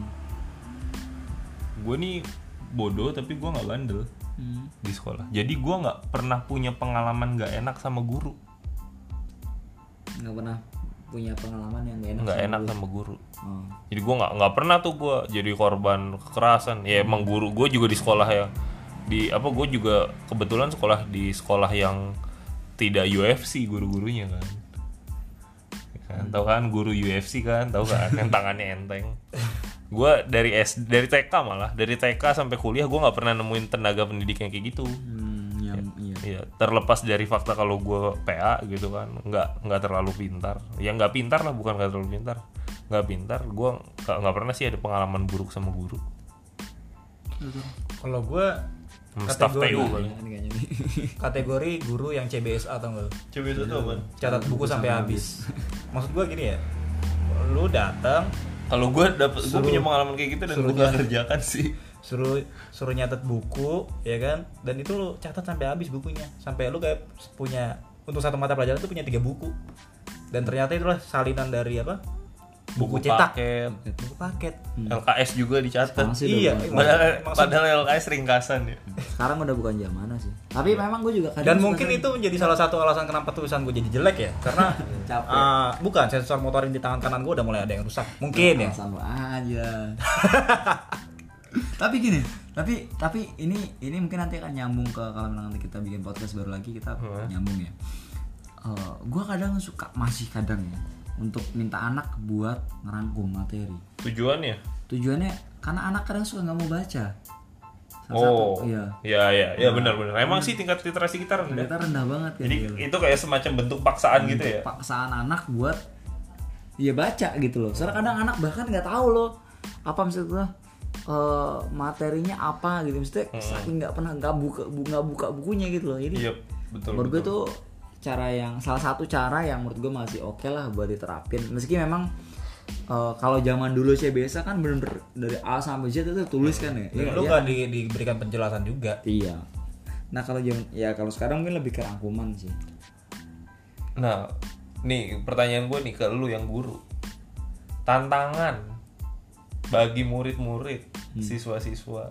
Gue nih bodoh tapi gue nggak bandel di sekolah. Jadi gue nggak pernah punya pengalaman nggak enak sama guru. Nggak pernah punya pengalaman yang nggak enak sama guru. Jadi gue nggak pernah tuh gue jadi korban kekerasan. Ya emang guru gue juga di sekolah yang gue juga kebetulan sekolah di sekolah yang tidak UFC guru-gurunya kan. Tahu kan guru UFC kan, tahu kan yang tangannya enteng. Gue dari TK malah, dari TK sampai kuliah gue nggak pernah nemuin tenaga pendidik yang kayak gitu. Iya. Terlepas dari fakta kalau gue PA gitu kan, nggak terlalu pintar. Ya nggak pintar lah, bukan nggak terlalu pintar. Nggak pintar, gue nggak pernah sih ada pengalaman buruk sama guru. Kalau gue Staff TU kategori guru yang CBSA atau enggak? CBSA itu apa? Catat buku sampai habis. Maksud gue gini ya, lu datang, kalau gue punya pengalaman kayak gitu dan gue gak kerjakan sih. Suruh nyatet buku ya kan, dan itu lu catat sampai habis bukunya, sampai lu kayak punya untuk satu mata pelajaran itu punya 3 buku, dan ternyata itulah salinan dari apa? Buku cetak, buku paket. LKS juga dicatat. Iya, padahal LKS ringkasan ya. Sekarang udah bukan zamannya sih. Tapi memang gue juga kadang. Dan mungkin itu menjadi salah satu alasan kenapa tulisan gue jadi jelek ya, karena bukan sensor motoring di tangan kanan gue udah mulai ada yang rusak. Mungkin ya. Sama aja. Tapi gini, tapi ini mungkin nanti akan nyambung ke kalau nanti kita bikin podcast baru lagi kita nyambung ya. Gue kadang suka kadang ya untuk minta anak buat ngerangkum materi. Tujuannya karena anak kadang suka nggak mau baca. Iya benar. Emang sih tingkat literasi kita rendah. Kita rendah banget kan. Jadi itu kayak semacam bentuk paksaan gitu ya. Paksaan anak buat baca gitu loh. Soalnya kadang anak bahkan nggak tahu loh apa maksudnya materinya apa gitu. Maksudnya saking nggak pernah nggak buka bukunya gitu loh. Jadi betul. Menurut gue tuh salah satu cara yang menurut gue masih oke lah buat diterapin. Meski memang kalau zaman dulu sih biasa kan bener-bener dari A sampai Z itu tulis kan ya. Lu kan diberikan penjelasan juga. Iya. Nah kalau sekarang mungkin lebih ke rangkuman sih. Nah, nih pertanyaan gue nih ke lu yang guru. Tantangan bagi murid-murid, siswa-siswa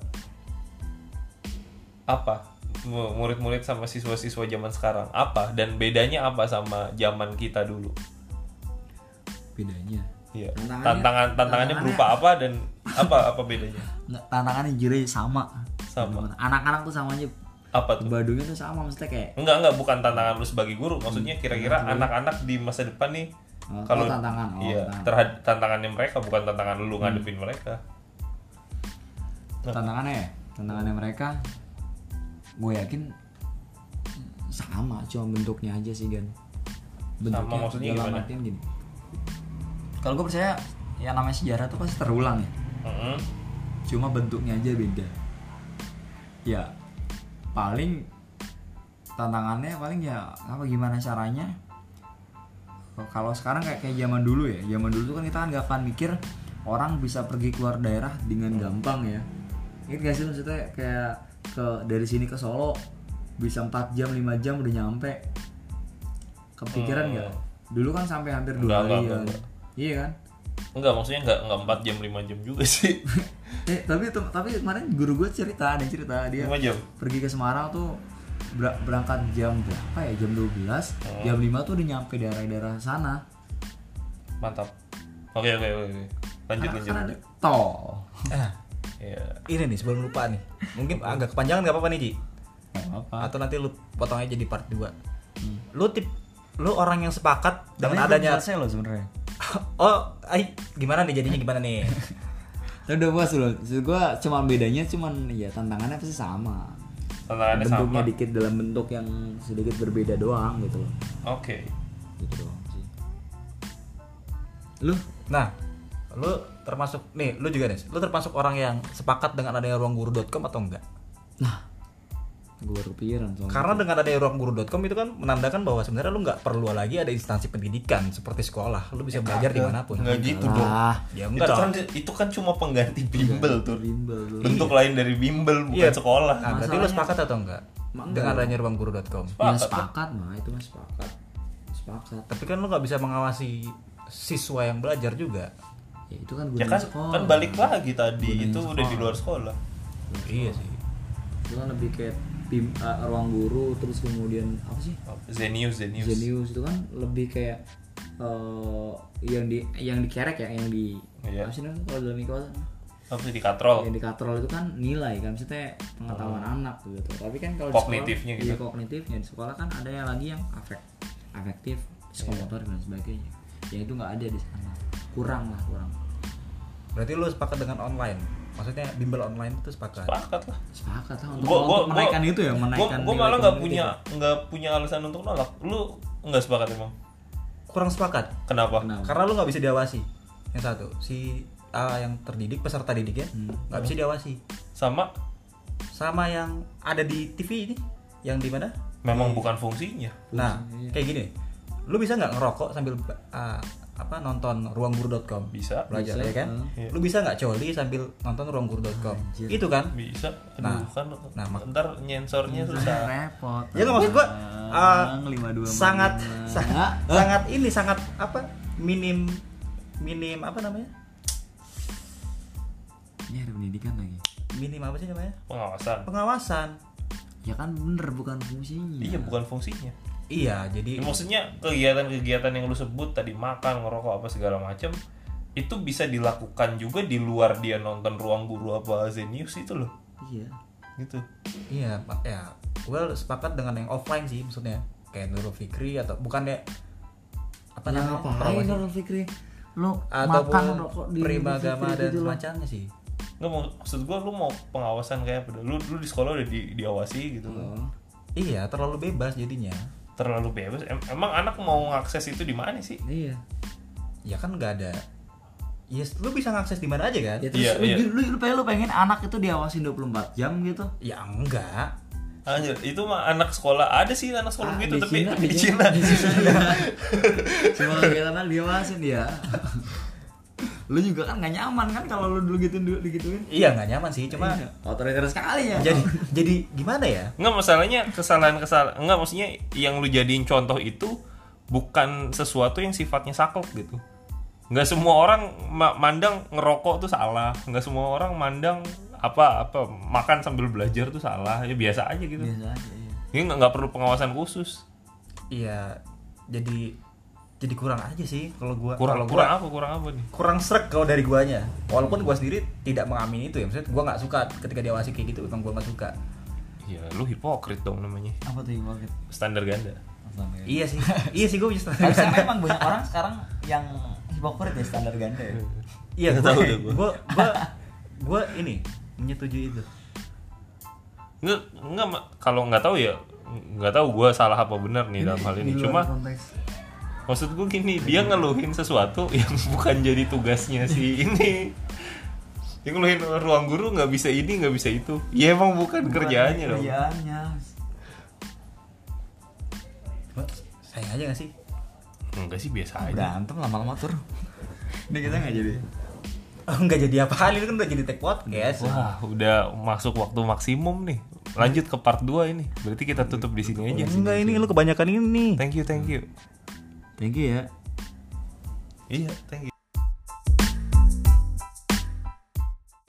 apa? Murid-murid sama siswa-siswa zaman sekarang apa, dan bedanya apa sama zaman kita dulu? Bedanya? Iya. Tantangannya berupa apa dan apa bedanya? Tantangannya jadi sama. Anak-anak tuh sama aja. Apa tuh? Badungnya tuh sama, maksudnya kayak. Enggak, bukan tantangan lu sebagai guru. Maksudnya kira-kira anak-anak di masa depan nih kalau tantangan. Iya, terhadap tantangannya mereka, bukan tantangan lu ngadepin mereka. tantangannya mereka gue yakin sama, cuma bentuknya aja sih Gan. Bentuknya sama maksudnya dalam gimana? artian gini, kalau gue percaya yang namanya sejarah tuh pasti terulang ya. Cuma bentuknya aja beda ya. Paling tantangannya paling ya apa, gimana caranya. Kalau sekarang kayak zaman dulu ya, zaman dulu tuh kan kita kan gak akan mikir orang bisa pergi keluar daerah dengan gampang ya. Ingat gak sih maksudnya kayak dari sini ke Solo bisa 4 jam 5 jam udah nyampe. Kepikiran nggak? Dulu kan sampai hampir 2 hari ya. Iya kan? Enggak, maksudnya enggak 4 jam 5 jam juga sih. Tapi kemarin guru gue cerita dia 5 jam. Pergi ke Semarang tuh berangkat jam berapa ya? Jam 12. Jam 5 tuh udah nyampe daerah-daerah sana. Mantap. Oke. Lanjut. Karena ada tol. Iya. Ini nih sebelum lupa nih. Mungkin agak kepanjangan enggak apa-apa nih, Ji. Nggak apa. Atau nanti lu potong aja jadi part 2. Lu orang yang sepakat dengan Tapi adanya selesai loh sebenarnya. Gimana nih jadinya gimana nih? Udah puas loh. Gue cuma bedanya ya tantangannya pasti sama. Tantangannya Bentuknya sama. dikit dalam bentuk yang sedikit berbeda doang gitu loh. Oke. Gitu doang sih. Lu? Nah, lu termasuk nih, lu juga nih. Lu termasuk orang yang sepakat dengan adanya ruangguru.com atau enggak? Nah, gue baru kepikiran soalnya. Karena dengan adanya ruangguru.com itu kan menandakan bahwa sebenarnya lu nggak perlu lagi ada instansi pendidikan seperti sekolah. Lu bisa belajar dimanapun. Enggak gitu dong. Ya enggak dong. Itu kan cuma pengganti bimbel tuh. Bimbel. Bentuk lain dari bimbel bukan Iya. sekolah. Nah, berarti lu sepakat atau enggak? Dengan adanya ruangguru.com. Ya sepakat mah, itu mah sepakat. Tapi kan lu nggak bisa mengawasi siswa yang belajar juga. Ya itu kan Ya gunanya kan, sekolah. kan balik lagi tadi Gunanya itu udah di sekolah. luar sekolah. Iya sih. Itu kan lebih kayak ruang guru, terus kemudian apa sih? Zenius. Zenius itu kan lebih kayak yang dikerek ya, yang di Iya. apa sih namanya kalau dalam kelas Apa sih dikatrol? yang dikatrol itu kan nilai kan, maksudnya pengetahuan anak gitu. Tapi kan kalau Kognitifnya di sekolah, gitu. iya kognitifnya di sekolah kan ada yang lagi yang afektif, psikomotor dan sebagainya. Yang itu nggak ada di sana. Kurang. Berarti lu sepakat dengan online. Maksudnya bimbel online itu sepakat. Sepakat lah. Sepakat lah untuk menaikkan itu ya, menaikkan. Gue malah nggak punya alasan untuk nolak. Lu nggak sepakat emang? Kurang sepakat. Kenapa? Karena lu nggak bisa diawasi. Yang satu, si yang terdidik, peserta didik ya, nggak bisa diawasi. Sama yang ada di TV ini, yang di mana? Memang bukan fungsinya. Nah, kayak gini. Lu bisa nggak ngerokok sambil nonton ruangguru.com? Bisa. Belajar Bisa. ya kan? Iya. Lu bisa nggak coli sambil nonton ruangguru.com? Anjir. Itu kan? Bisa. Nah. Kan Nah, ntar nyensornya susah. Repot. Ya nggak, maksud gua 52 sangat menit. sangat minim apa namanya? Ini ada pendidikan lagi. Minim apa sih namanya? Pengawasan. Ya kan bener, bukan fungsinya. Iya, bukan fungsinya. Iya, jadi Ya, maksudnya kegiatan-kegiatan yang lu sebut tadi, makan, ngerokok apa segala macam, itu bisa dilakukan juga di luar dia nonton Ruang Guru apa Zenius itu loh. Iya. Gitu. iya, ya, gue sepakat dengan yang offline sih, maksudnya kayak Nurul Fikri atau bukan ya apa Ya namanya? ngapain promosi. Nurul Fikri? Lu Ataupun makan rokok di Primagama Nurul Fikri dan gitu loh. semacamnya sih. Nggak, maksud gua lu mau pengawasan kayak apa? Lu di sekolah udah diawasi gitu loh. Oh. Iya, terlalu bebas jadinya. Terlalu bebas. Emang anak mau ngakses itu di mana sih? Iya. Ya kan nggak ada. Yes, lu bisa ngakses di mana aja kan? Ya terus Iya, iya. lu pengen anak itu diawasin 24 jam gitu. Ya enggak. Anjir, itu mah anak sekolah ada sih anak sekolah gitu, tapi di Cina. Cina. Cuma kegiatan diawasin dia. Lu juga kan nggak nyaman kan kalau lu dulu digituin. Iya nggak nyaman sih, cuma Iya. Otoriter sekali ya. jadi gimana ya? Nggak, masalahnya kesalahan nggak, maksudnya yang lu jadiin contoh itu bukan sesuatu yang sifatnya saklek gitu. Nggak semua orang mandang ngerokok tuh salah, nggak semua orang mandang apa makan sambil belajar tuh salah, ya biasa aja gitu. Biasa aja. Iya. Ini nggak perlu pengawasan khusus. Iya, jadi kurang aja sih kalau gua. Kurang apa nih? Kurang srek kalau dari guanya. Walaupun gua sendiri tidak mengamini itu ya, maksudnya gua nggak suka ketika diawasi kayak gitu, emang gua nggak suka. Ya lu hipokrit dong namanya. Apa tuh hipokrit? Standar ganda. Iya sih gua bisa. Tapi sekarang emang banyak orang sekarang yang hipokrit ya, standar ganda ya. Iya, Nggak tahu deh gua. gua ini menyetujui itu. Enggak kalau nggak tahu ya nggak tahu gue salah apa benar nih dalam hal ini. Cuma maksud gue gini, dia ngeluhin sesuatu yang bukan jadi tugasnya si ini. Dia ngeluhin ruang guru nggak bisa ini nggak bisa itu. Ya emang bukan kerjaannya dong. Sayang aja gak sih? Enggak sih, biasa aja. Berantem lama-lama tur. Ini kita nggak jadi. Nggak jadi apa-apa, ini kan udah jadi take podcast. Wah, udah masuk waktu maksimum nih. Lanjut ke part 2 ini. Berarti kita tutup di sini aja. Enggak, ini lu kebanyakan ini. Thank you. Thank you ya. Iya, thank you.